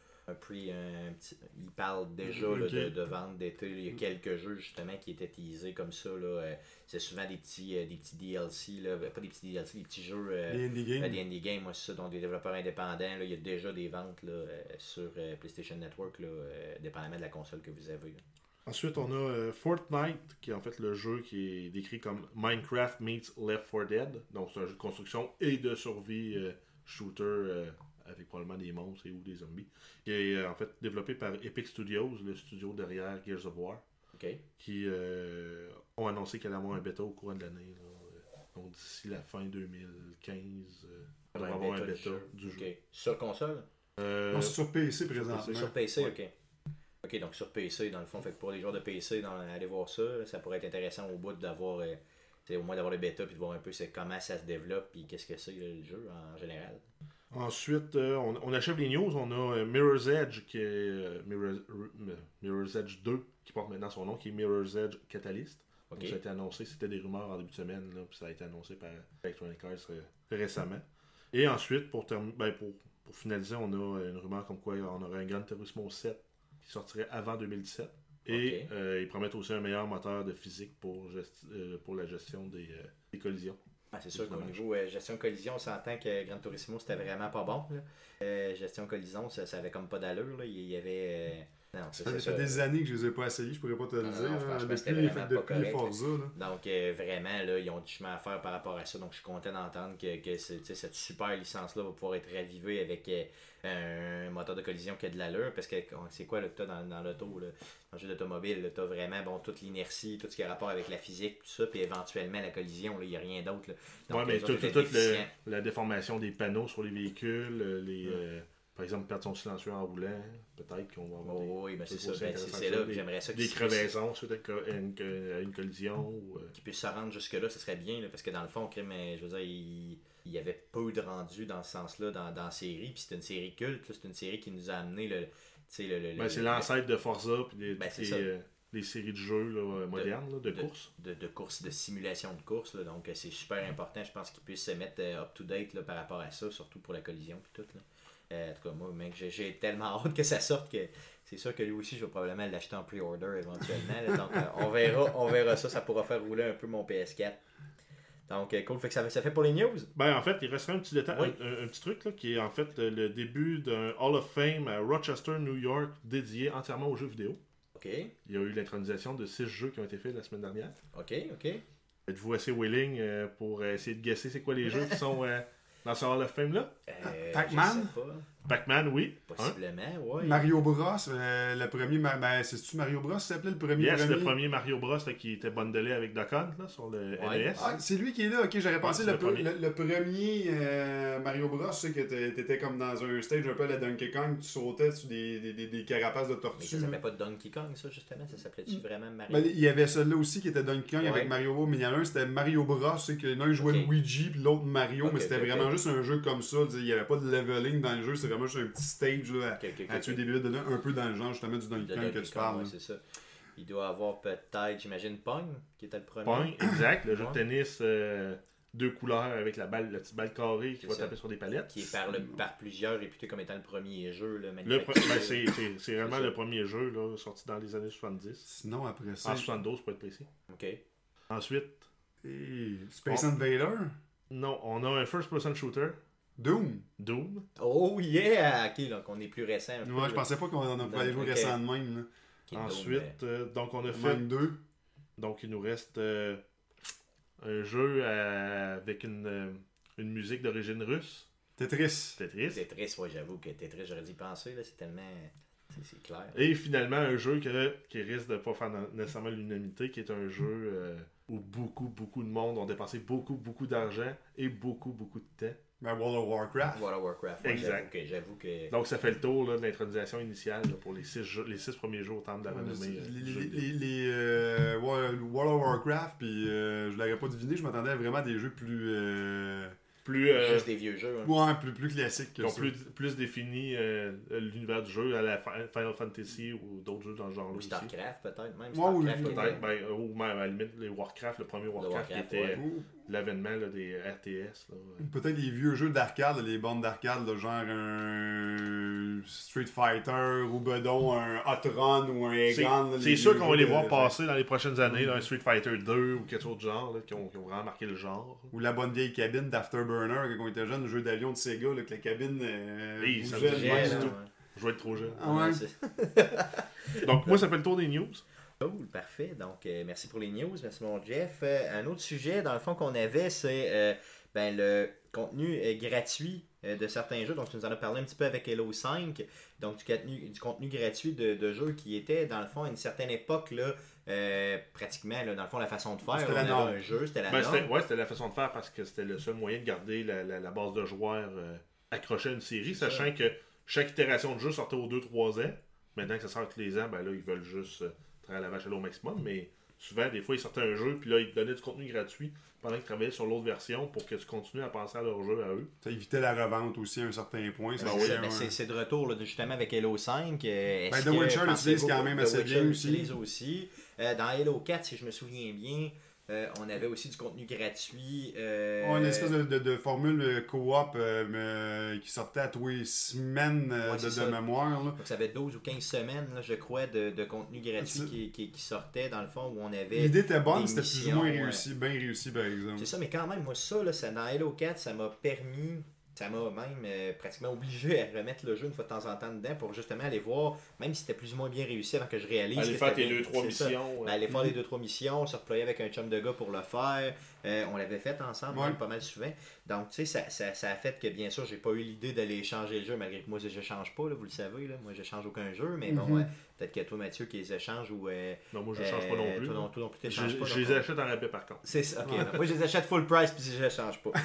il parle déjà là, de vente d'été. Il y a quelques jeux justement qui étaient teasés comme ça. Là. C'est souvent des petits DLC, là. Pas des petits DLC, des petits jeux. Des indie games. Des indie games, moi, c'est ça. Donc des développeurs indépendants. Là. Il y a déjà des ventes là, sur PlayStation Network, là, dépendamment de la console que vous avez. Là. Ensuite, on a Fortnite, qui est en fait le jeu qui est décrit comme Minecraft meets Left 4 Dead. Donc c'est un jeu de construction et de survie shooter avec probablement des monstres et ou des zombies, qui est en fait développé par Epic Studios, le studio derrière Gears of War, qui ont annoncé qu'elle allait avoir un bêta au courant de l'année. Donc d'ici la fin 2015, on devrait avoir un bêta du jeu. Sur console? Non, c'est sur PC présentement. Sur PC, ok, donc sur PC, dans le fond, fait que pour les joueurs de PC, allez voir ça, ça pourrait être intéressant au bout d'avoir au moins d'avoir le bêta puis de voir un peu comment ça se développe puis qu'est-ce que c'est le jeu en général. Ensuite, on achève les news. On a Mirror's Edge, qui est Mirror's Edge 2, qui porte maintenant son nom, qui est Mirror's Edge Catalyst. Donc, ça a été annoncé, c'était des rumeurs en début de semaine, là, puis ça a été annoncé par Electronic Arts récemment. Et ensuite, pour finaliser, on a une rumeur comme quoi on aurait un Gran Turismo 7 qui sortirait avant 2017. Et ils promettent aussi un meilleur moteur de physique pour la gestion des collisions. C'est sûr C'est qu'au dommage. niveau gestion collision, on s'entend que Gran Turismo c'était vraiment pas bon. Là. Gestion collision, ça avait comme pas d'allure. Là. Il y avait. Non, Ça fait des années que je les ai pas essayés, je pourrais pas te le Non, dire. non, hein, franchement, c'était depuis vraiment pas depuis correct, Forza. Là. Donc, vraiment, là, ils ont du chemin à faire par rapport à ça. Donc, je suis content d'entendre que cette super licence-là va pouvoir être ravivée avec un moteur de collision qui a de l'allure. Parce que c'est quoi là, que tu as dans l'auto, là, dans le jeu d'automobile? Tu as vraiment toute l'inertie, tout ce qui a rapport avec la physique, tout ça. Puis éventuellement, la collision, il n'y a rien d'autre. Là. Donc, mais eux autres étaient toute déficients. la déformation des panneaux sur les véhicules, par exemple, perdre son silencieux en roulant, peut-être qu'on va avoir Oui, ben c'est trucs ça. aussi Ben, intéressants c'est que là ça. que j'aimerais ça Des qu'ils crevaisons suite à une collision. Qui puisse se rendre jusque-là, ce serait bien, là, parce que dans le fond, je veux dire, il y avait peu de rendu dans ce sens-là dans la série, puis c'est une série culte, là, c'est une série qui nous a amené c'est l'ancêtre de Forza, puis c'est les séries de jeux là, modernes, là, de course. De course, de simulation de course, là, donc c'est super important, je pense qu'ils puissent se mettre up-to-date là, par rapport à ça, surtout pour la collision, puis tout, là. En tout cas, moi, mec, j'ai tellement hâte que ça sorte que c'est sûr que lui aussi, je vais probablement l'acheter en pre-order éventuellement. Là. Donc, on verra ça. Ça pourra faire rouler un peu mon PS4. Donc, cool. Fait que ça fait pour les news. Ben, en fait, il resterait un petit détail, Oui. un petit truc là, qui est en fait le début d'un Hall of Fame à Rochester, New York, dédié entièrement aux jeux vidéo. OK. Il y a eu l'intronisation de 6 jeux qui ont été faits la semaine dernière. OK. Êtes-vous assez willing pour essayer de guesser c'est quoi les jeux qui sont dans ce Hall of Fame-là? Pac-Man? Je sais pas. Pac-Man, oui. Possiblement, oui. Mario Bros, le premier. Ben, c'est-tu Mario Bros ça s'appelait le premier? Yes, le premier Mario Bros là, qui était bundlé avec Duck Hunt là, sur le NES. Ah, c'est lui qui est là, ok, j'aurais pensé c'est le le premier Mario Bros, c'est que t'étais comme dans un stage un peu à la Donkey Kong, tu sautais sur des carapaces de Mais tortues. ça s'appelait pas Donkey Kong, ça, justement. Ça s'appelait-tu vraiment Mario? Ben, il y avait celui-là aussi qui était Donkey Kong Ouais. avec Mario Bros, mais il y en a un, c'était Mario Bros, c'est que l'un jouait Ok. Luigi puis l'autre Mario, Ok, mais c'était ok, vraiment ok. juste un jeu comme ça, il n'y avait pas de leveling dans le jeu, c'était vraiment juste un petit stage là, à tuer des bébés dedans, un peu dans le genre justement du Donkey De Kong que Donkey tu Kong, parles. ouais, là. c'est ça. Il doit avoir peut-être, j'imagine, Pong, qui était le premier. Pong, exact. Le jeu de Ouais. tennis, 2 couleurs avec la petite balle carrée qui C'est va ça. taper sur des palettes. Qui est par plusieurs réputé comme étant le premier jeu. Là, C'est vraiment ça. le premier jeu là, sorti dans les années 70. Sinon après ça. En 72 pour être précis. OK. Ensuite, Space Invader, non, on a un first-person shooter, Doom. Doom. Oh yeah! OK, donc on est plus récent. Un peu, Ouais, je là. pensais pas qu'on en pouvait aller jouer Ok. récent de même. Là. Qui est Doom, Ensuite, donc on a fait. Même 2. Donc il nous reste un jeu avec une musique d'origine russe, Tetris. Tetris. Tetris, ouais, j'avoue que Tetris, j'aurais dû y penser. Là, c'est tellement. C'est clair. Et finalement, un jeu qui risque de ne pas faire nécessairement l'unanimité, qui est un jeu où beaucoup de monde ont dépensé beaucoup d'argent et beaucoup de temps. Ben, World of Warcraft. World of Warcraft. Ouais, Exact. J'avoue que. Donc ça fait le tour là, de l'intronisation initiale là, pour les 6 premiers jours au temple de la renommée. World of Warcraft, puis je l'aurais pas deviné, je m'attendais vraiment à des jeux plus. Plus, Juste des vieux jeux. Hein. Ouais, plus classiques que qui ont ça. plus défini l'univers du jeu à la Final Fantasy ou d'autres jeux dans le genre Ou aussi. StarCraft, peut-être même. Ouais, oui, StarCraft, Peut-être, ou même à la limite les Warcraft, le premier Warcraft qui Warcraft, était ouais. Ou l'avènement là, des RTS. Là. peut-être les vieux jeux d'arcade, là, les bandes d'arcade, là, genre un Street Fighter, ou bedon, un Hot Run ou un Egon. C'est sûr qu'on va les voir passer dans les prochaines années, là, un Street Fighter 2 ou quelque chose de genre, là, qui ont vraiment marqué le genre. Ou la bonne vieille cabine d'Afterburner, quand on était jeune, le jeu d'avion de Sega, là, que la cabine Oui, ça bougeait me de dit même, rien là, du tout. ouais. Je vais être trop jeune. Ah ouais. Donc moi, ça fait le tour des news. Cool, parfait. Donc, merci pour les news. Merci, mon Jeff. Un autre sujet, dans le fond, qu'on avait, c'est le contenu gratuit de certains jeux. Donc, tu nous en as parlé un petit peu avec Halo 5. Donc, du contenu gratuit de jeux qui était, dans le fond, à une certaine époque, là, pratiquement, là, dans le fond, la façon de faire. C'était on la avait norme. un jeu, c'était la Ben, norme. c'était la façon de faire parce que c'était le seul moyen de garder la base de joueurs accrochée à une série, C'est sachant que chaque itération de jeu sortait aux 2-3 ans. Maintenant que ça sort tous les ans, ben là, ils veulent juste travailler la vache à l'eau au maximum, mais souvent, des fois, ils sortaient un jeu, puis là, ils te donnaient du contenu gratuit pendant qu'ils travaillaient sur l'autre version pour que tu continues à penser à leur jeu à eux. Ça évitait la revente aussi à un certain point. Ça Ben, faisait c'est- un- ben, c'est de retour là, justement avec Halo 5. The Witcher l'utilise quand même assez bien aussi. aussi. Dans Halo 4, si je me souviens bien, On avait aussi du contenu gratuit. Une espèce de formule coop qui sortait à tous les semaines de mémoire. Là. Donc ça avait 12 ou 15 semaines, là, je crois, de contenu gratuit qui sortait, dans le fond, où on avait. L'idée était bonne, c'était plus ou moins réussi, bien réussi, par exemple. C'est ça, mais quand même, moi, ça, là, dans Halo 4, ça m'a permis. Ça m'a même pratiquement obligé à remettre le jeu une fois de temps en temps dedans pour justement aller voir, même si c'était plus ou moins bien réussi avant que je réalise. Aller faire tes 2-3 missions. Aller faire les 2-3 missions, se reployer avec un chum de gars pour le faire. On l'avait fait ensemble même pas mal souvent. Donc, tu sais, ça a fait que bien sûr, j'ai pas eu l'idée d'aller changer le jeu, malgré que moi, je change pas, là, vous le savez. Là. Moi, je change aucun jeu, mais bon, peut-être que toi, Mathieu, qui les échange ou. Non, moi, je change pas non plus. Toi non plus, tu changes pas. Je les achète en rabais, par contre. C'est ça, ok. Moi, je les achète full price, puis je change pas.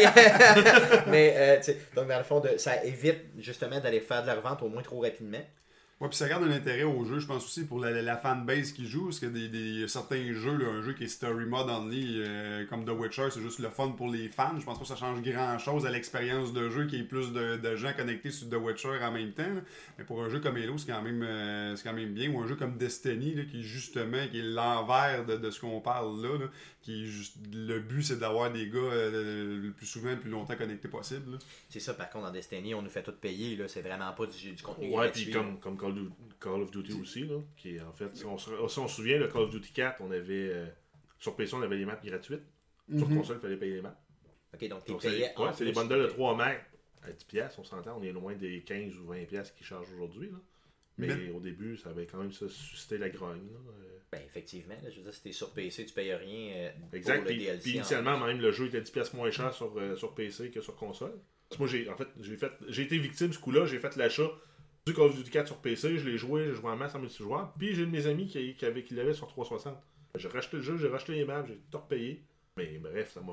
Mais, tu sais, donc, dans le fond, ça évite justement d'aller faire de la revente au moins trop rapidement. Ouais, puis ça garde un intérêt au jeu, je pense aussi pour la fanbase qui joue, parce que certains jeux, là, un jeu qui est story mode only, comme The Witcher, c'est juste le fun pour les fans. Je pense pas que ça change grand chose à l'expérience de jeu, qu'il y ait plus de gens connectés sur The Witcher en même temps. Là. Mais pour un jeu comme Halo, c'est quand même bien. Ou un jeu comme Destiny, là, qui est l'envers de ce qu'on parle là, qui est juste, le but c'est d'avoir des gars le plus souvent, le plus longtemps connectés possible. Là. C'est ça, par contre, dans Destiny, on nous fait tout payer, là. C'est vraiment pas du contenu gratuit. Ouais, puis comme Call of Duty aussi, là, qui est en fait, si on se souvient, le Call of Duty 4, on avait, sur PC, on avait les maps gratuites. Sur console, il fallait payer les maps. Ok, donc tu payais c'est des bundles de 3 maps à 10$, on s'entend, on est loin des 15 ou 20$ qui chargent aujourd'hui. Là. Mais au début, ça avait quand même suscité la grogne. Là. Ben, effectivement, là, je veux dire, si t'es sur PC, tu payes rien exact, pour le DLC. Puis initialement, même le jeu était 10$ moins cher sur PC que sur console. Moi, j'ai été victime ce coup-là, j'ai fait l'achat du Call of Duty 4 sur PC, je l'ai joué en masse en multijoueur, puis j'ai un de mes amis qui l'avait sur 360. J'ai racheté le jeu, j'ai racheté les maps, j'ai tout repayé. Mais bref, ça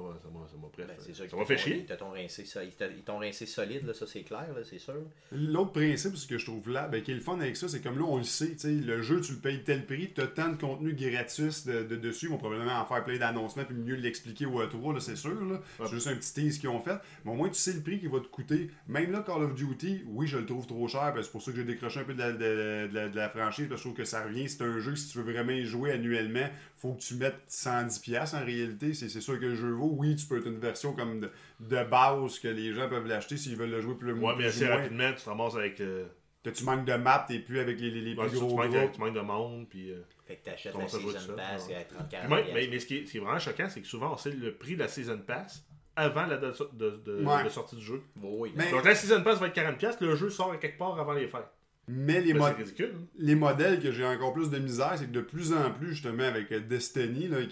m'a fait chier. Ils t'ont rincé solide, là, ça c'est clair, là, c'est sûr. L'autre principe, ce que je trouve là, qui est le fun avec ça, c'est comme là, on le sait, le jeu, tu le payes tel prix, tu as tant de contenu gratuit dessus, ils vont probablement en faire plein d'annoncements, puis mieux l'expliquer au E3, là, c'est sûr. Là. C'est juste un petit tease qu'ils ont fait. Mais au moins, tu sais le prix qui va te coûter. Même là, Call of Duty, oui, je le trouve trop cher, c'est pour ça que j'ai décroché un peu de la franchise, parce que je trouve que ça revient. C'est un jeu, si tu veux vraiment y jouer annuellement, faut que tu mettes 110$ en réalité. C'est sûr que le jeu vaut. Oui, tu peux être une version comme de base que les gens peuvent l'acheter s'ils veulent le jouer plus loin. Ouais, mais assez rapidement, tu te ramasses avec. Que tu manques de map, t'es plus avec les plus gros groupes. Tu manques de monde. Puis, fait que t'achètes la Season Pass à 30$. Mais ce qui est vraiment choquant, c'est que souvent, on sait le prix de la Season Pass avant la date de sortie du jeu. Oui, donc la Season Pass va être 40$, le jeu sort à quelque part avant les fêtes. Mais c'est ridicule. Les modèles que j'ai encore plus de misère, c'est que de plus en plus, justement, avec Destiny, là,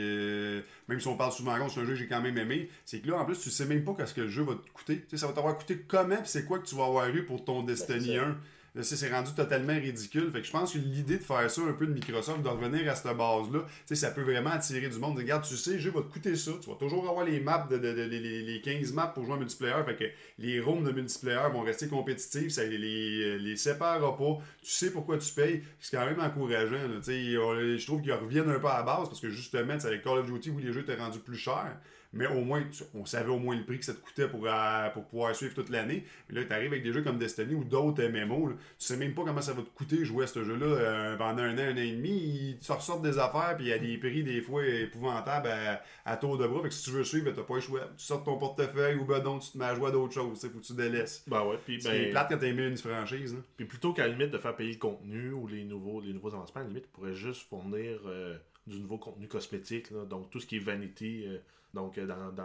même si on parle souvent c'est un jeu que j'ai quand même aimé, c'est que là, en plus, tu sais même pas ce que le jeu va te coûter. Tu sais, ça va t'avoir coûté comment, puis c'est quoi que tu vas avoir eu pour ton Destiny 1. Là, c'est rendu totalement ridicule. Fait que je pense que l'idée de faire ça un peu de Microsoft, de revenir à cette base-là, ça peut vraiment attirer du monde. Regarde, tu sais, le jeu va te coûter ça. Tu vas toujours avoir les maps, les 15 maps pour jouer en multiplayer. Fait que les rooms de multiplayer vont rester compétitifs. Ça les séparera pas. Tu sais pourquoi tu payes. C'est quand même encourageant. Là, je trouve qu'ils reviennent un peu à la base parce que justement, avec Call of Duty, où les jeux étaient rendus plus chers. Mais au moins, on savait au moins le prix que ça te coûtait pour pouvoir suivre toute l'année. Mais là, tu arrives avec des jeux comme Destiny ou d'autres MMO. Là, tu sais même pas comment ça va te coûter jouer à ce jeu-là pendant un an et demi. Ils te ressortent des affaires, puis il y a des prix des fois épouvantables à tour de bras. Fait que si tu veux suivre, t'as pas le choix. Tu sors ton portefeuille ou donc tu te mets à jouer à d'autres choses. Faut que tu délaisses. Ben ouais. C'est plate quand t'as aimé une franchise. Là. Puis plutôt qu'à la limite de faire payer le contenu ou les nouveaux avancements, à la limite, tu pourrais juste fournir du nouveau contenu cosmétique. Là, donc tout ce qui est vanity. Donc,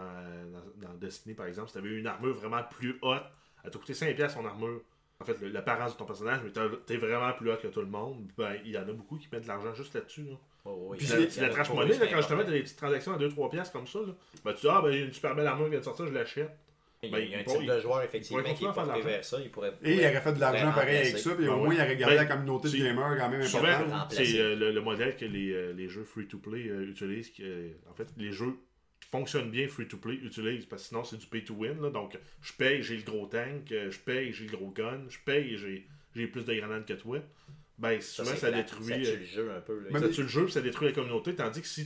dans Destiny, par exemple, si tu avais une armure vraiment plus haute, elle t'a coûté 5$ son armure. En fait, l'apparence de ton personnage, mais t'es vraiment plus haut que tout le monde. Ben, il y en a beaucoup qui mettent de l'argent juste là-dessus. Là. Puis c'est la trash money, quand justement t'as des petites transactions à 2-3$ comme ça. Là, ben, tu dis, j'ai une super belle armure qui vient de sortir, je l'achète. Il y a un type de joueur, effectivement, qui est porté vers ça. Il aurait fait de l'argent pareil avec ça, puis au moins, il aurait gardé la communauté de gamers quand même importante. C'est le modèle que les jeux free-to-play utilisent. En fait, les jeux fonctionne bien free-to-play utilise, parce que sinon c'est du pay-to-win. Là, donc je paye, j'ai le gros tank, je paye, j'ai le gros gun, je paye, j'ai plus de grenades que toi. Ben souvent ça détruit. Ça tue le jeu un peu. Là. Ça tue le jeu, ça détruit la communauté, tandis que si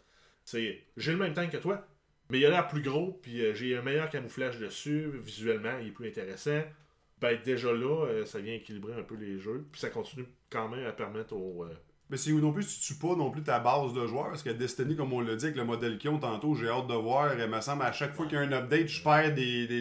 j'ai le même tank que toi, mais il a l'air plus gros, puis j'ai un meilleur camouflage dessus, visuellement il est plus intéressant. Ben déjà là, ça vient équilibrer un peu les jeux, puis ça continue quand même à permettre Mais c'est où non plus, tu tues pas non plus ta base de joueurs, parce que Destiny, comme on l'a dit, avec le modèle qu'ils ont tantôt, j'ai hâte de voir. Il me semble à chaque fois qu'il y a un update, je perds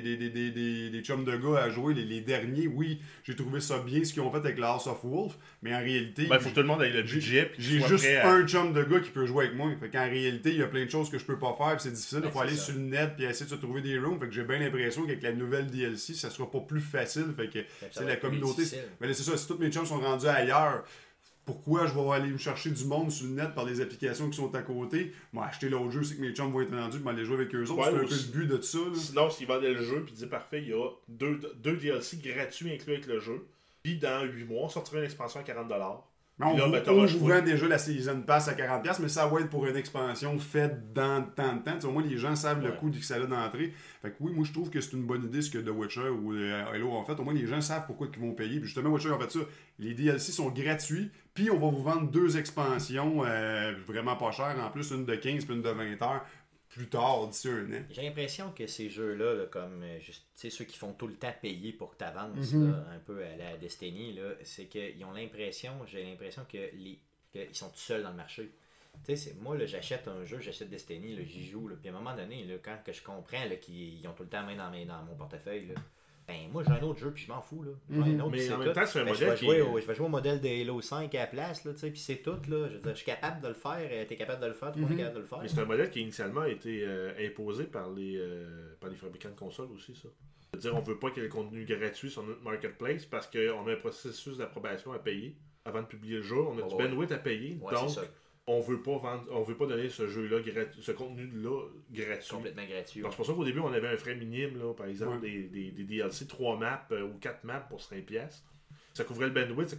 des chums de gars à jouer. Les derniers, oui, j'ai trouvé ça bien ce qu'ils ont fait avec la House of Wolf, mais en réalité. Il faut que tout le monde ait le budget. J'ai juste un chum de gars qui peut jouer avec moi. Fait qu'en réalité, il y a plein de choses que je peux pas faire, puis c'est difficile. Il faut aller sur le net puis essayer de se trouver des rooms. Fait que j'ai bien l'impression qu'avec la nouvelle DLC, ça sera pas plus facile. Fait que c'est la communauté. Mais c'est ça, si tous mes chums sont rendus ailleurs. Pourquoi je vais aller me chercher du monde sur le net par les applications qui sont à côté? Moi, acheter l'autre jeu, c'est que mes chums vont être rendus, mais aller jouer avec eux autres. C'est un peu le but de ça. Là. Sinon, s'ils vendaient le jeu, puis disaient parfait, il y a deux DLC gratuits inclus avec le jeu. Puis dans 8 mois, on sortira une expansion à 40$. Mais on vous vend déjà la Season Pass à 40$, mais ça va être pour une expansion faite dans tant de temps. T'sais, au moins, les gens savent le coût que ça a d'entrée. Fait que oui, moi, je trouve que c'est une bonne idée ce que The Witcher ou Halo ont fait. Au moins, les gens savent pourquoi ils vont payer. Puis justement, Witcher ont fait ça. Les DLC sont gratuits, puis on va vous vendre 2 expansions vraiment pas chères. En plus, une de 15 puis une de 20 heures. Plus tard, d'ici un an. J'ai l'impression que ces jeux-là, là, comme ceux qui font tout le temps payer pour que tu avances, un peu à la Destiny, là, c'est qu'ils ont j'ai l'impression qu'ils sont tout seuls dans le marché. Moi, là, j'achète un jeu, j'achète Destiny, là, j'y joue, là, puis à un moment donné, là, quand que je comprends là, qu'ils ont tout le temps main dans mon portefeuille, là, ben moi j'ai un autre jeu puis je m'en fous là. Un autre, mais en même temps c'est un modèle je vais jouer au modèle de Halo 5 à la place là, puis c'est tout là. Je suis capable de le faire, t'es capable de le faire, tout le monde est capable de le faire. Mais c'est un modèle qui initialement a été imposé par les fabricants de consoles aussi ça. C'est-à-dire on veut pas qu'il y ait le contenu gratuit sur notre marketplace parce qu'on a un processus d'approbation à payer avant de publier le jeu, on a du bandwidth à payer, donc on veut pas donner ce jeu-là, ce contenu-là gratuit. Complètement gratuit. Donc c'est pour ça qu'au début, on avait un frais minime, là, par exemple, des DLC, 3 maps ou 4 maps pour 5$. Ça couvrait le bandwidth,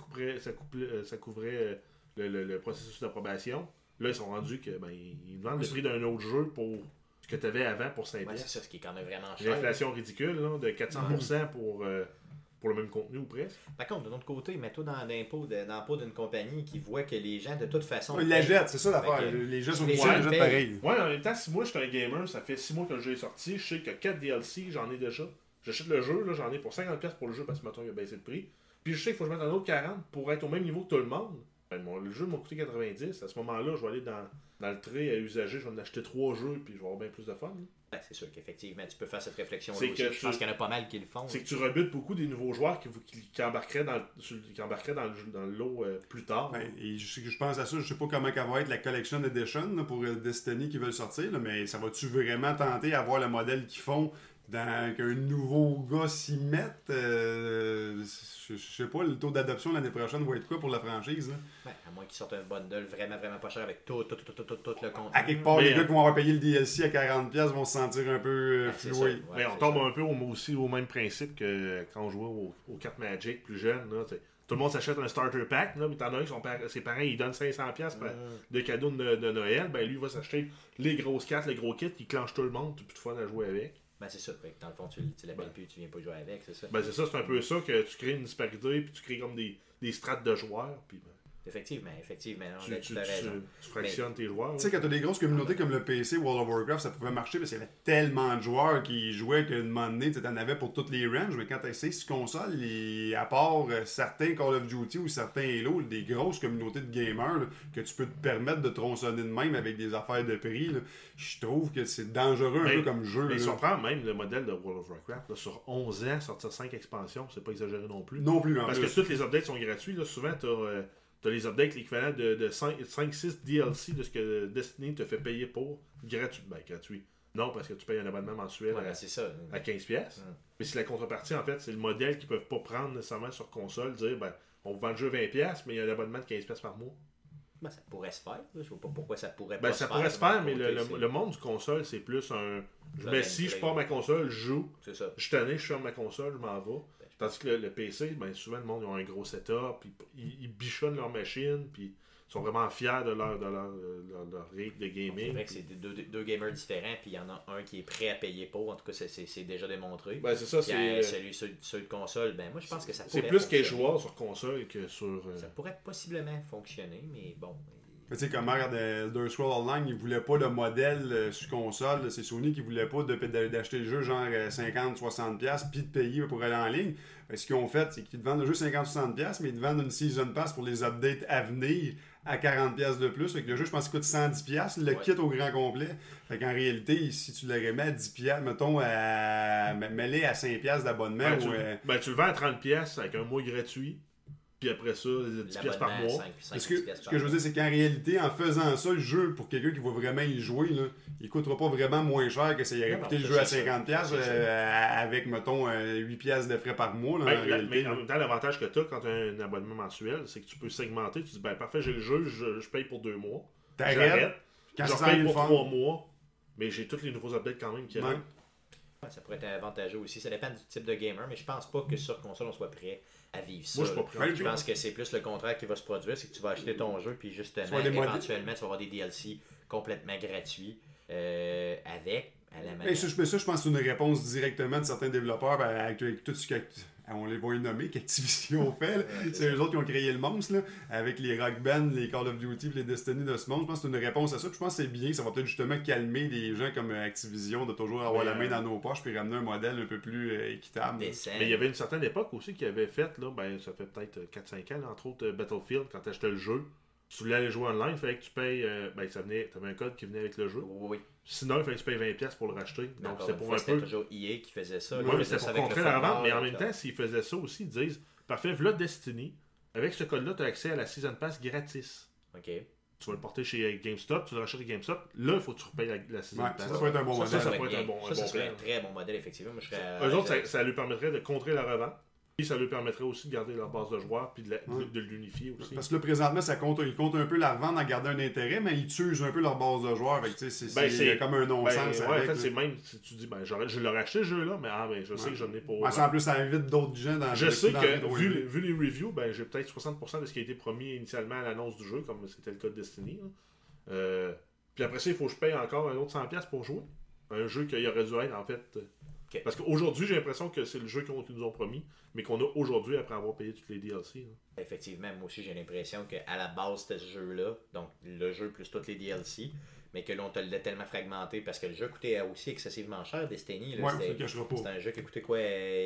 ça couvrait le processus d'approbation. Là, ils sont rendus que ils vendent le prix d'un autre jeu pour ce que tu avais avant pour 5$. Ouais, c'est ça, ce qui est quand même vraiment cher. L'inflation ridicule, là, de 400% pour le même contenu ou presque. Par contre, de l'autre côté, mets-toi dans l'impôt d'une compagnie qui voit que les gens, de toute façon... Ils la jettent, c'est ça l'affaire. Les gens sont obligés de la jeter pareil. Ouais, en même temps, si moi je suis un gamer, ça fait 6 mois que le jeu est sorti, je sais que 4 DLC, j'en ai déjà. J'achète le jeu, là, j'en ai pour 50$ pour le jeu parce que maintenant il a baissé le prix. Puis je sais qu'il faut que je mette un autre 40$ pour être au même niveau que tout le monde. Le jeu m'a coûté 90$. À ce moment-là, je vais aller dans le trait à usager, je vais en acheter 3 jeux, puis je vais avoir bien plus de fun. Ben, c'est sûr qu'effectivement, tu peux faire cette réflexion-là aussi. Je pense qu'il y en a pas mal qui le font. C'est que tu rebutes beaucoup des nouveaux joueurs qui embarqueraient dans le lot plus tard. Ben, et je pense à ça, je sais pas comment va être la Collection Edition là, pour Destiny qui veulent sortir, là, mais ça va-tu vraiment tenter à voir le modèle qu'ils font qu'un nouveau gars s'y mette? Je sais pas, le taux d'adoption l'année prochaine va être quoi pour la franchise? Là? Ben, à moins qu'ils sortent un bundle vraiment pas cher avec tout le contenu. À quelque part, les gars qui vont avoir payé le DLC à 40$ vont se sentir un peu floués. Mais on tombe un peu aussi au même principe que quand on jouait aux cartes Magic plus jeune. Là, tout le monde s'achète un starter pack, là, mais t'en as un ses parents ils donnent 500$ de cadeaux de Noël. Ben lui il va s'acheter les grosses cartes, les gros kits, il clenche tout le monde, tu plus de fun à jouer avec. Ben c'est ça, dans le fond tu l'appelles plus, tu viens pas jouer avec, c'est ça. Ben c'est ça, c'est un peu ça que tu crées une disparité, puis tu crées comme des strates de joueurs, puis Effectivement, non, tu fractionnes tes joueurs. Tu sais, quand tu as des grosses communautés comme le PC, World of Warcraft, ça pouvait marcher parce qu'il y avait tellement de joueurs qui jouaient qu'à un moment donné, tu en avais pour toutes les ranges, mais quand tu essaies sur console, à part certains Call of Duty ou certains Halo, des grosses communautés de gamers là, que tu peux te permettre de tronçonner de même avec des affaires de prix, je trouve que c'est dangereux un peu comme jeu. Mais si on prend même le modèle de World of Warcraft, là, sur 11 ans, sortir 5 expansions, c'est pas exagéré non plus. Non plus, parce que toutes les updates sont gratuits. Là, souvent, t'as les updates l'équivalent de 5-6 DLC de ce que Destiny te fait payer pour gratuit. Non, parce que tu payes un abonnement mensuel à 15$. Mais c'est la contrepartie, en fait, c'est le modèle qu'ils peuvent pas prendre nécessairement sur console, dire on vend le jeu 20$, mais il y a un abonnement de 15$ par mois. Ben, ça pourrait se faire. Je vois pas pourquoi ça pourrait pas se faire. Ça pourrait se faire, mais le monde du console, c'est plus un... je pars ma console, je joue. C'est ça. Je suis tanné, je ferme ma console, je m'en vais. Tandis que le PC, souvent le monde ils ont un gros setup, ils bichonnent leur machine, puis ils sont vraiment fiers de leur rate de gaming. C'est vrai que c'est deux gamers différents, puis il y en a un qui est prêt à payer pour, en tout cas c'est déjà démontré. Ben c'est ça, c'est... Celui de console, ben moi je pense que ça pourrait c'est plus qu'un joueur sur console que sur... Ça pourrait possiblement fonctionner, mais bon... Tu sais, comme regarde, Elder Scrolls Online, ils voulaient pas le modèle sur console. C'est Sony qui voulait pas d'acheter le jeu genre 50-60$ puis de payer pour aller en ligne. Ce qu'ils ont fait, c'est qu'ils te vendent le jeu 50-60$, mais ils te vendent une Season Pass pour les updates à venir à 40$ de plus. Fait que le jeu, je pense qu'il coûte 110$, le kit au grand complet. Fait qu'en réalité, si tu le remets à 10$, mettons, mets-les à 5$ d'abonnement. Tu le vends à 30$ avec un mois gratuit. Puis après ça, 10$ par mois. Ce que je veux dire, c'est qu'en réalité, en faisant ça, le jeu, pour quelqu'un qui va vraiment y jouer, là, il coûtera pas vraiment moins cher que s'il aurait coûté le jeu à 50$ avec, mettons, 8$ de frais par mois. Là, mais en même temps, l'avantage que tu as quand tu as un abonnement mensuel, c'est que tu peux segmenter. Tu dis, parfait, j'ai le jeu, je paye pour 2 mois. J'arrête. Je paye pour 3 mois. Mais j'ai tous les nouveaux updates quand même qui rentrent. Ça pourrait être avantageux aussi. Ça dépend du type de gamer, mais je pense pas que sur console on soit prêt à vivre ça. Moi, je suis pas prêt. Je pense que c'est plus le contraire qui va se produire, c'est que tu vas acheter ton jeu, puis justement, éventuellement, tu vas avoir des DLC complètement gratuits avec, à la manière. Mais ça, je pense que c'est une réponse directement de certains développeurs avec tout ce que on les voit nommer qu'Activision fait. C'est eux autres qui ont créé le monstre, là, avec les Rock Band, les Call of Duty, les Destiny de ce monde. Je pense que c'est une réponse à ça. Puis je pense que c'est bien, ça va peut-être justement calmer des gens comme Activision de toujours avoir la main dans nos poches puis ramener un modèle un peu plus équitable. Mais il y avait une certaine époque aussi qui avait fait, là, ça fait peut-être 4-5 ans, là, entre autres Battlefield, quand tu achetais le jeu. Si tu voulais aller jouer online, il fallait que tu payes. Tu avais un code qui venait avec le jeu. Oui. Sinon, il fallait que tu payes 20$ pour le racheter. Donc, c'était pour un peu. C'était toujours EA qui faisait ça. Oui, mais c'était pour contrer la revente. Mais en même temps, s'ils faisaient ça aussi, ils disent parfait, voilà Destiny. Avec ce code-là, tu as accès à la Season Pass gratis. OK. Tu vas le porter chez GameStop, tu le rachètes chez GameStop. Là, il faut que tu repayes la Season Pass. Ça peut être un bon modèle. Ça pourrait être un très bon modèle, effectivement. Eux autres, ça lui permettrait de contrer la revente. Et ça leur permettrait aussi de garder leur base de joueurs puis de l'unifier aussi. Parce que là, présentement, ils comptent un peu la revente à garder un intérêt, mais ils tuent un peu leur base de joueurs. C'est comme un non-sens. En fait, c'est même si tu dis, je l'aurais acheté ce jeu-là, mais je sais que je n'ai pas. En plus, ça invite d'autres gens dans Je sais que, vu les reviews, j'ai peut-être 60% de ce qui a été promis initialement à l'annonce du jeu, comme c'était le cas de Destiny. Puis après ça, il faut que je paye encore un autre 100$ pour jouer. Un jeu qui aurait dû être, en fait. Okay. Parce qu'aujourd'hui, j'ai l'impression que c'est le jeu qu'ils nous ont promis, mais qu'on a aujourd'hui après avoir payé toutes les DLC. Là. Effectivement, moi aussi, j'ai l'impression qu'à la base, c'était ce jeu-là, donc le jeu plus toutes les DLC, mais que là, on te l'a tellement fragmenté parce que le jeu coûtait aussi excessivement cher, Destiny. Là, c'était un jeu qui coûtait quoi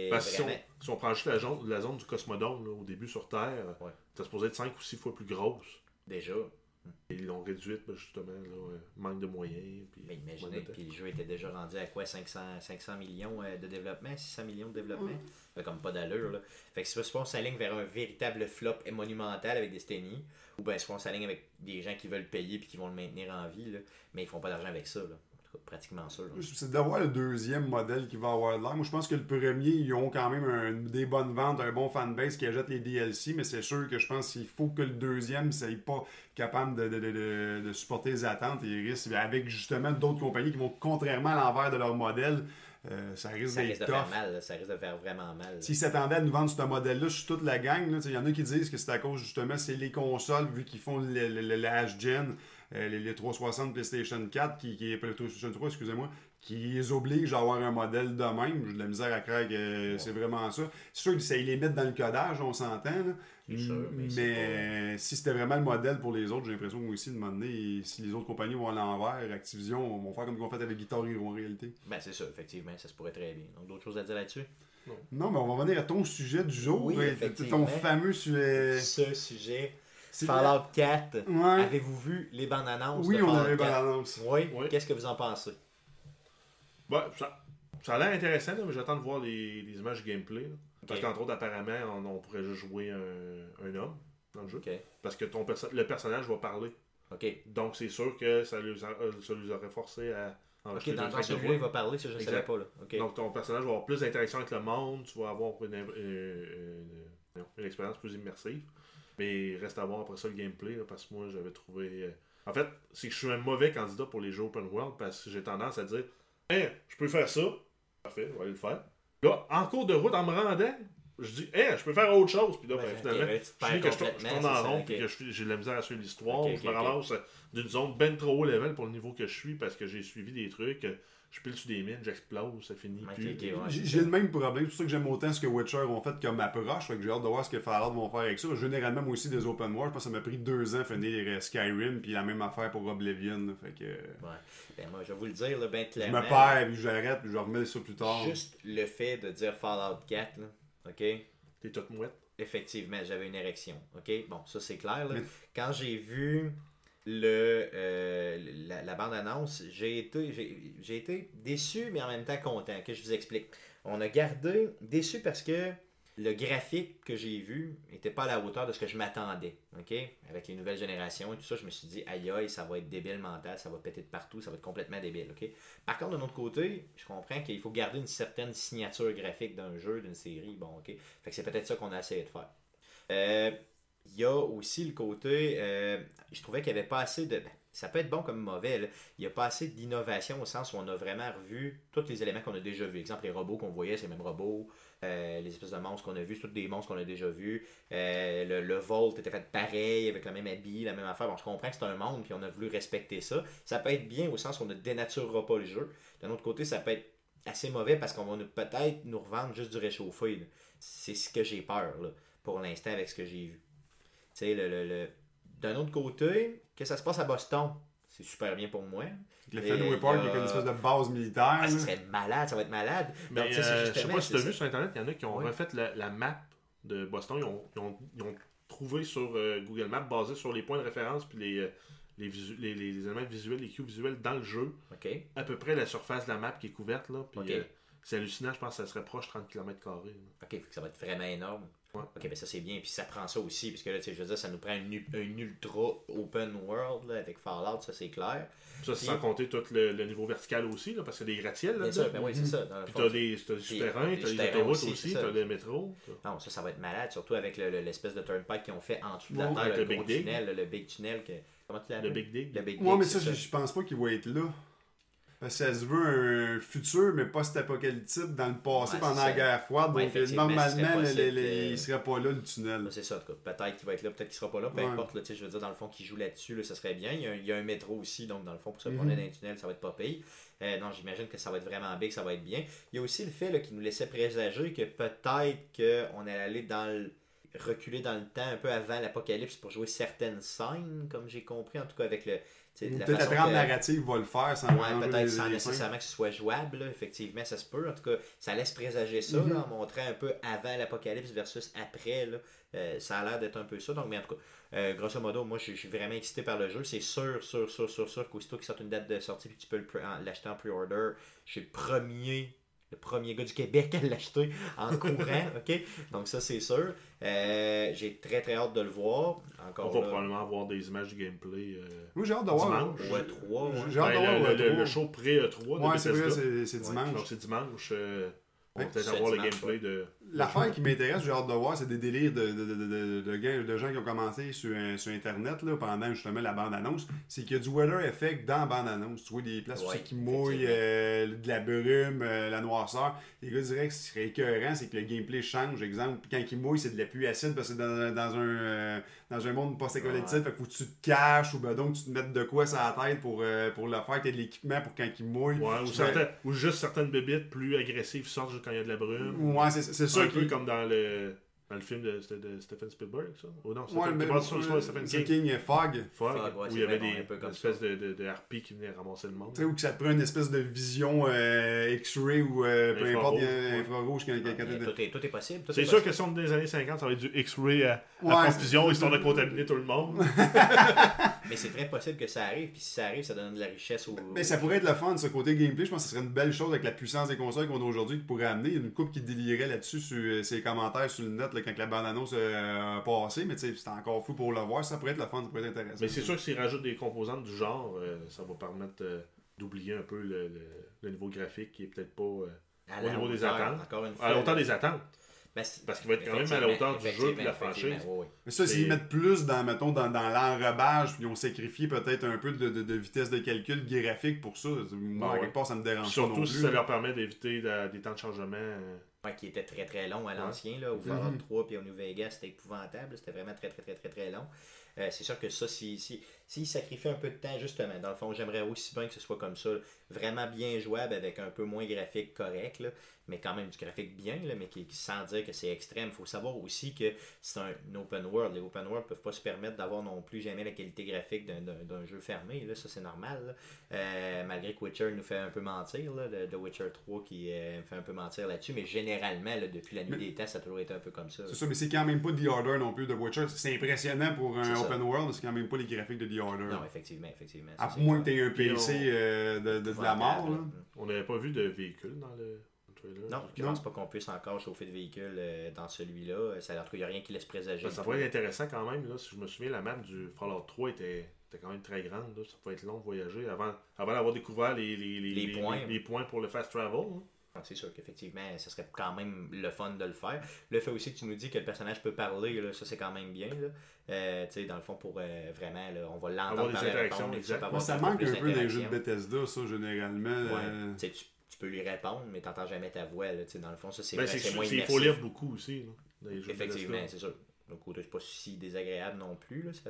si on prend juste la zone du Cosmodome, là, au début sur Terre, ça supposé être 5 ou 6 fois plus grosse. Déjà. Et ils l'ont réduite, justement, là, manque de moyens. Mais imaginez, puis le jeu était déjà rendu à quoi 500 millions de développement, 600 millions de développement. Fait comme pas d'allure. Là. Fait que soit on s'aligne vers un véritable flop monumental avec Destiny, ou bien soit on s'aligne avec des gens qui veulent payer et qui vont le maintenir en vie, là, mais ils font pas d'argent avec ça. Là. Pratiquement sûr. C'est d'avoir le deuxième modèle qui va avoir de l'air. Moi, je pense que le premier, ils ont quand même des bonnes ventes, un bon fanbase qui achète les DLC, mais c'est sûr que je pense qu'il faut que le deuxième ne soit pas capable de supporter les attentes et les risques. Avec justement d'autres compagnies qui vont contrairement à l'envers de leur modèle. Ça risque d'être tough. Faire mal, ça risque de faire vraiment mal. S'ils s'attendaient à nous vendre ce modèle-là sur toute la gang, il y en a qui disent que c'est à cause justement c'est les consoles, vu qu'ils font la H-Gen, les 360 PlayStation 4, qui est PlayStation 3, excusez-moi, qui les obligent à avoir un modèle de même. J'ai de la misère à croire que c'est vraiment ça. C'est sûr qu'ils les mettent dans le codage, on s'entend. Là. Mais si c'était vraiment le modèle pour les autres, j'ai l'impression que moi aussi, de m'emmener, si les autres compagnies vont à l'envers, Activision vont faire comme ils ont fait avec Guitar Hero en réalité. Ben c'est ça, effectivement, ça se pourrait très bien. Donc d'autres choses à dire là-dessus? Non, mais on va venir à ton sujet du jour. Oui, ton fameux sujet. Ce sujet. Fallout 4. Ouais. Avez-vous vu les bandes annonces? Oui, on avait les bandes annonces. Oui. Qu'est-ce que vous en pensez? Ça a l'air intéressant, là, mais j'attends de voir les images gameplay. Parce qu'entre autres, apparemment, on pourrait juste jouer un homme dans le jeu. Parce que le personnage va parler. Donc c'est sûr que ça les aurait forcé à enregistrer dans celui-là, il va parler, ça je ne savais pas. Là. Donc ton personnage va avoir plus d'interaction avec le monde, tu vas avoir une expérience plus immersive. Mais il reste à voir après ça le gameplay, là, parce que moi j'avais trouvé... En fait, c'est que je suis un mauvais candidat pour les jeux open world, parce que j'ai tendance à dire « je peux faire ça. » Parfait, on va aller le faire. Là, en cours de route, en me rendant, je dis je peux faire autre chose. Puis là, finalement, je dis que je tourne en rond, puis que j'ai de la misère à suivre l'histoire. Je me ramasse d'une zone ben trop haut level pour le niveau que je suis, parce que j'ai suivi des trucs. Je pile sur des mines, j'explose, ça finit plus. J'ai le même problème, c'est pour ça que j'aime autant ce que Witcher ont fait comme approche, fait que j'ai hâte de voir ce que Fallout vont faire avec ça. Généralement, moi aussi, des open world, je pense que ça m'a pris 2 ans à finir Skyrim, puis la même affaire pour Oblivion. Fait que... Ben, moi, je vais vous le dire, là, ben clairement. Je me perds, puis j'arrête, puis je remets ça plus tard. Juste le fait de dire Fallout 4, là, OK? T'es toute mouette. effectivement, j'avais une érection. OK? Bon, ça c'est clair. Là. Mais- Quand j'ai vu la bande-annonce, j'ai été déçu, mais en même temps content. Que je vous explique. On a gardé déçu parce que le graphique que j'ai vu n'était pas à la hauteur de ce que je m'attendais. OK? Avec les nouvelles générations et tout ça, je me suis dit, aïe aïe, ça va être débile mental, ça va péter de partout, ça va être complètement débile. OK? Par contre, d'un autre côté, je comprends qu'il faut garder une certaine signature graphique d'un jeu, d'une série. Bon, OK? Fait que c'est peut-être ça qu'on a essayé de faire. Il y a aussi le côté, je trouvais qu'il n'y avait pas assez de... Ça peut être bon comme mauvais. Là. Il n'y a pas assez d'innovation au sens où on a vraiment revu tous les éléments qu'on a déjà vus. Exemple, les robots qu'on voyait, c'est les mêmes robots. Les espèces de monstres qu'on a vus, c'est tous des monstres qu'on a déjà vus. Le Volt était fait pareil, avec le même habit, la même affaire. Bon, je comprends que c'est un monde, puis on a voulu respecter ça. Ça peut être bien au sens où on ne dénaturera pas le jeu. D'un autre côté, ça peut être assez mauvais parce qu'on va peut-être nous revendre juste du réchauffé. Là. C'est ce que j'ai peur, là, pour l'instant, avec ce que j'ai vu. Tu sais, d'un autre côté, que ça se passe à Boston, c'est super bien pour moi. Le Fenway Park, il y a une espèce de base militaire. Ah, ça là. serait malade, ça va être malade. Mais Donc, tu sais, c'est je sais justement, pas si tu as c'est vu ça. sur Internet, il y en a qui ont Oui. refait la map de Boston. Ils ont trouvé sur Google Maps, basé sur les points de référence puis les éléments visuels, les cues visuels dans le jeu, OK. à peu près la surface de la map qui est couverte. Là, puis, Ok. c'est hallucinant, je pense que ça serait proche 30 km². OK, fait que ça va être vraiment énorme. Ouais. OK, ben ça c'est bien. Puis ça prend ça aussi, parce que là, tu sais, je veux dire, ça nous prend un ultra open world là, avec Fallout, ça c'est clair. Ça, c'est sans compter tout le niveau vertical aussi, là, parce qu'il y a des gratte-ciels Bien là-dedans. sûr, ben oui, c'est ça. Dans le Puis fond, t'as des souterrains, des t'as les souterrains autoroutes aussi, aussi, c'est ça. t'as le métro. non, ça va être malade, surtout avec l'espèce de turnpike qu'ils ont fait en dessous de la Ouais, terre, avec le le gros Big Dig. tunnel, là, le big tunnel. Comment tu Le l'appelles? Big Dig. Le Big Ouais, Dig, mais ça, c'est je pense pas qu'il va être là. Parce que ça se veut un futur, mais post-apocalyptique dans le passé Ouais, pendant c'est la ça. guerre froide. Ouais, Donc, effectivement, ce normalement, serait possible il serait pas là, le tunnel. Ben, c'est ça, en tout cas. Peut-être qu'il va être là, peut-être qu'il sera pas là, peu Ouais. importe. Là, tu sais, je veux dire, dans le fond, qu'il joue là-dessus, là, ça serait bien. Il y a un métro aussi, donc dans le fond, pour se promener dans les tunnels, ça va être pas pire. Non, j'imagine que ça va être vraiment big, ça va être bien. Il y a aussi le fait là, qui nous laissait présager que peut-être qu'on allait aller reculer dans le temps un peu avant l'apocalypse pour jouer certaines scènes, comme j'ai compris, en tout cas avec le. tu sais, Peut-être la façon trame que- narrative va le faire sans Ouais, vraiment jouer peut-être les sans scènes. nécessairement que ce soit jouable, là. Effectivement, ça se peut. En tout cas, ça laisse présager ça, là, en montrant un peu avant l'apocalypse versus après. Là. Ça a l'air d'être un peu ça. Donc, mais en tout cas, grosso modo, moi, je suis vraiment excité par le jeu. C'est sûr qu'aussitôt qu'il sort une date de sortie et que tu peux l'acheter en pre-order, je suis le premier gars du Québec à l'acheter en courant. OK? Donc, ça, c'est sûr. J'ai très, très hâte de le voir. On Encore va là, probablement avoir des images du gameplay. Moi, j'ai hâte de voir. Dimanche. au E3. Ouais. J'ai hâte de voir le E3. show pré-E3 de Ouais, c'est vrai, Bethesda. c'est Ouais. dimanche. Donc c'est dimanche. On va Ouais, peut-être c'est avoir le dimanche, gameplay de. L'affaire qui m'intéresse, j'ai hâte de voir, c'est des délires de gens qui ont commencé sur Internet là, pendant justement la bande-annonce. C'est qu'il y a du weather effect dans la bande-annonce. Tu vois des places Ouais, qui mouillent, de la brume, la noirceur. Les gars diraient que ce qui serait écœurant, c'est que le gameplay change. Exemple, quand il mouille, c'est de la pluie acide parce que c'est dans un monde post-écologique. Ouais. Fait que faut que tu te caches ou ben donc tu te mettes de quoi sur la tête pour le faire, que de l'équipement pour quand il mouille. Ouais, Tu fais- ou juste certaines bébites plus agressives sortent juste quand il y a de la brume. Ouais, c'est ça. Un peu comme dans le film de Stephen Spielberg, ça. Ou non, Ouais, mais pas sur Stephen c'est King. Fog. Fog, Fog, ouais, où c'est il y avait vrai, un peu des comme espèces de harpies qui venaient ramasser le monde. Tu sais, ou que ça te prend une espèce de vision X-ray ou peu importe, il y a un ouais. infrarouge quand t'es Tout est possible. tout C'est est sûr possible. que si on est des années 50, ça va être du X-ray à Ouais, confusion, c'est- histoire de contaminer tout le monde. Mais c'est très possible que ça arrive, puis si ça arrive, ça donne de la richesse au. Mais ça pourrait être le fun de ce côté gameplay. Je pense que ce serait une belle chose avec la puissance des consoles qu'on a aujourd'hui qui pourrait amener. Il y a une couple qui délirait là-dessus sur ses commentaires sur le net là, quand la bande-annonce a passé. Mais tu sais, c'est encore fou pour le voir. Ça pourrait être le fun, ça pourrait être intéressant. Mais c'est sûr que s'ils rajoutent des composantes du genre, ça va permettre d'oublier un peu le niveau graphique qui est peut-être pas À au la niveau des hauteur, attentes. Encore une fois. À la hauteur des attentes. Ben, Parce qu'il va être quand même à la hauteur du jeu et de la franchise. effectivement, oui. Mais ça, s'ils mettent plus dans l'enrobage, puis ils ont sacrifié peut-être un peu de vitesse de calcul graphique pour ça, moi, à ouais. quelque part, ça me dérange pas Surtout non si plus. ça leur permet d'éviter des temps de chargement. Ouais, qui était très très long à l'ancien, là, au Mhm. Fallout 3 puis au New Vegas, c'était épouvantable, c'était vraiment très très très très très long. C'est sûr que ça, s'ils sacrifient un peu de temps, justement, dans le fond, j'aimerais aussi bien que ce soit comme ça, vraiment bien jouable avec un peu moins graphique correct, là, mais quand même du graphique bien, là, mais sans dire que c'est extrême. Il faut savoir aussi que c'est un open world. Les open world ne peuvent pas se permettre d'avoir non plus jamais la qualité graphique d'un jeu fermé, là, ça c'est normal. Malgré que Witcher nous fait un peu mentir, là, The Witcher 3 qui me fait un peu mentir là-dessus, mais généralement, généralement, là, depuis la nuit des temps, ça a toujours été un peu comme ça. C'est ça, mais c'est quand même pas The Order non plus de Witcher. C'est impressionnant pour un open world, mais c'est quand même pas les graphiques de The Order. Non, effectivement. À moins que tu aies un PC de la mort. Là. On n'avait pas vu de véhicule dans le trailer. Non, je pense pas qu'on puisse encore chauffer de véhicule dans celui-là. Ça, en tout cas, il n'y a rien qui laisse présager. Ça pourrait être intéressant quand même. Là, si je me souviens, la map du Fallout 3 était quand même très grande. Là. Ça peut être long de voyager avant d'avoir découvert les points pour le fast travel. Hein. C'est sûr qu'effectivement, ce serait quand même le fun de le faire. Le fait aussi que tu nous dis que le personnage peut parler, là, ça c'est quand même bien. Dans le fond, pour vraiment, là, on va l'entendre parler. Avoir des interactions, exact. Ça manque un peu dans les jeux de Bethesda, ça, généralement. Tu peux lui répondre, mais tu n'entends jamais ta voix. Là, dans le fond, ça c'est moins immersif. Il faut lire beaucoup aussi. Là, dans les jeux effectivement, c'est sûr. Donc, c'est pas si désagréable non plus. Là.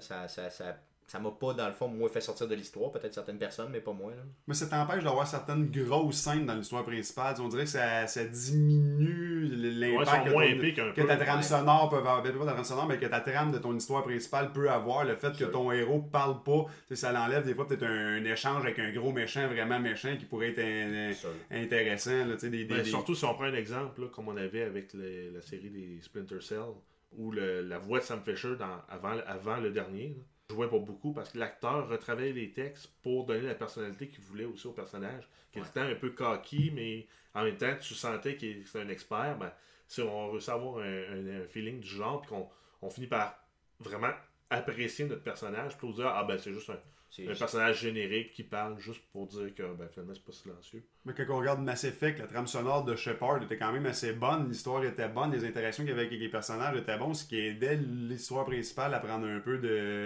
Ça m'a pas, dans le fond, moi, fait sortir de l'histoire. Peut-être certaines personnes, mais pas moi. Là. Mais ça t'empêche d'avoir certaines grosses scènes dans l'histoire principale. On dirait que ça diminue l'impact que ta trame sonore peut avoir. Pas ta trame sonore, mais que ta trame de ton histoire principale peut avoir. Le fait que ton héros parle pas, ça l'enlève des fois peut-être un échange avec un gros méchant, vraiment méchant, qui pourrait être intéressant. Là, surtout si on prend un exemple, là, comme on avait avec la série des Splinter Cell, où la voix de Sam Fisher avant le dernier, là, jouait pas beaucoup parce que l'acteur retravaillait les textes pour donner la personnalité qu'il voulait aussi au personnage, qui était un peu cocky, mais en même temps tu sentais qu'il était un expert. Si on réussit à avoir un feeling du genre, puis qu'on finit par vraiment apprécier notre personnage, pour dire c'est juste un personnage générique qui parle juste pour dire que finalement c'est pas silencieux. Mais quand on regarde Mass Effect, la trame sonore de Shepard était quand même assez bonne, l'histoire était bonne, les interactions qu'il y avait avec les personnages étaient bonnes, ce qui aidait l'histoire principale à prendre un peu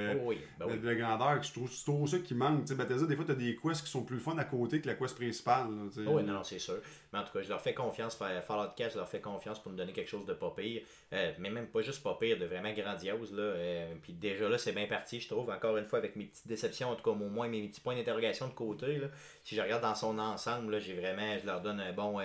de grandeur. Je trouve ça qui manque. T'sais, Bethesda, des fois, tu as des quests qui sont plus fun à côté que la quest principale. Oui, non, c'est sûr. Mais en tout cas, je leur fais confiance. Fallout 4, je leur fais confiance pour nous donner quelque chose de pas pire. Mais même pas juste pas pire, de vraiment grandiose. Puis déjà là, c'est bien parti, je trouve. Encore une fois, avec mes petites déceptions, en tout cas, au moins mes petits points d'interrogation de côté. Là. Si je regarde dans son ensemble, là, je leur donne un bon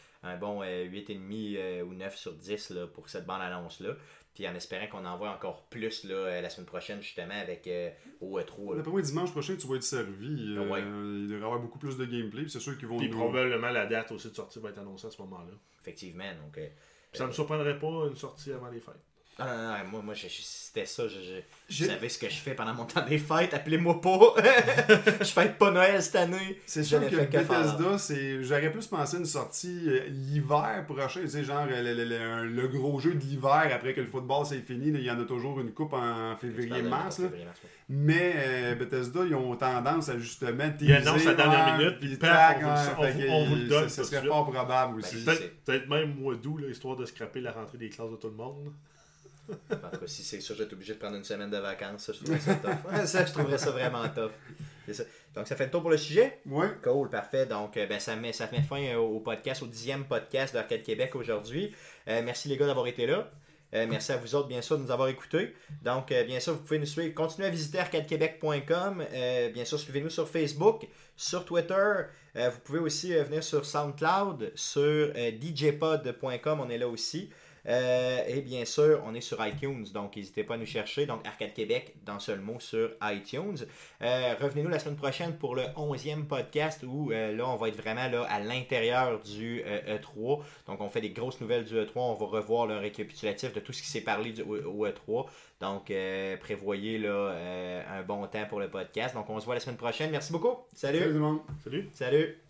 8,5 ou 9 sur 10 là, pour cette bande-annonce-là. Puis en espérant qu'on en voit encore plus là, la semaine prochaine, justement, avec au E3. D'après moi, dimanche prochain, tu vas être servi. Il devrait y avoir beaucoup plus de gameplay. Puis c'est sûr qu'ils vont Puis probablement la date aussi de sortie va être annoncée à ce moment-là. Effectivement. Donc, ça ne me surprendrait pas une sortie avant les fêtes. Non, moi c'était ça. Je savais ce que je fais pendant mon temps des fêtes. Appelez-moi pas. Je fête pas Noël cette année. C'est sûr que Bethesda, j'aurais plus pensé à une sortie l'hiver prochain. Tu sais, genre le gros jeu de l'hiver après que le football c'est fini. Il y en a toujours une coupe en février-mars. Mais Bethesda, ils ont tendance à justement teaser. Ils annoncent à la dernière minute. Puis on vous le donne. Ce serait fort probable aussi. Peut-être même mois d'août, histoire de scraper la rentrée des classes de tout le monde. En tout cas, si c'est ça, je vais être obligé de prendre une semaine de vacances. Ça, je trouverais ça tough. Je trouverais ça vraiment tough. Ça. Donc, ça fait le tour pour le sujet? Oui. Cool, parfait. Donc, ça met fin au podcast, au 10e podcast d'Arcade Québec aujourd'hui. Merci les gars d'avoir été là. Merci à vous autres, bien sûr, de nous avoir écoutés. Donc, bien sûr, vous pouvez nous suivre. Continuez à visiter arcadequebec.com. Bien sûr, suivez-nous sur Facebook, sur Twitter. Vous pouvez aussi venir sur SoundCloud, sur djpod.com. On est là aussi. Et bien sûr, on est sur iTunes, donc n'hésitez pas à nous chercher. Donc Arcade Québec, d'un seul mot, sur iTunes. Revenez-nous la semaine prochaine pour le 11e podcast où là, on va être vraiment là, à l'intérieur du E3. Donc on fait des grosses nouvelles du E3. On va revoir le récapitulatif de tout ce qui s'est parlé au E3. Donc prévoyez là, un bon temps pour le podcast. Donc on se voit la semaine prochaine. Merci beaucoup. Salut. Salut tout le monde. Salut. Salut.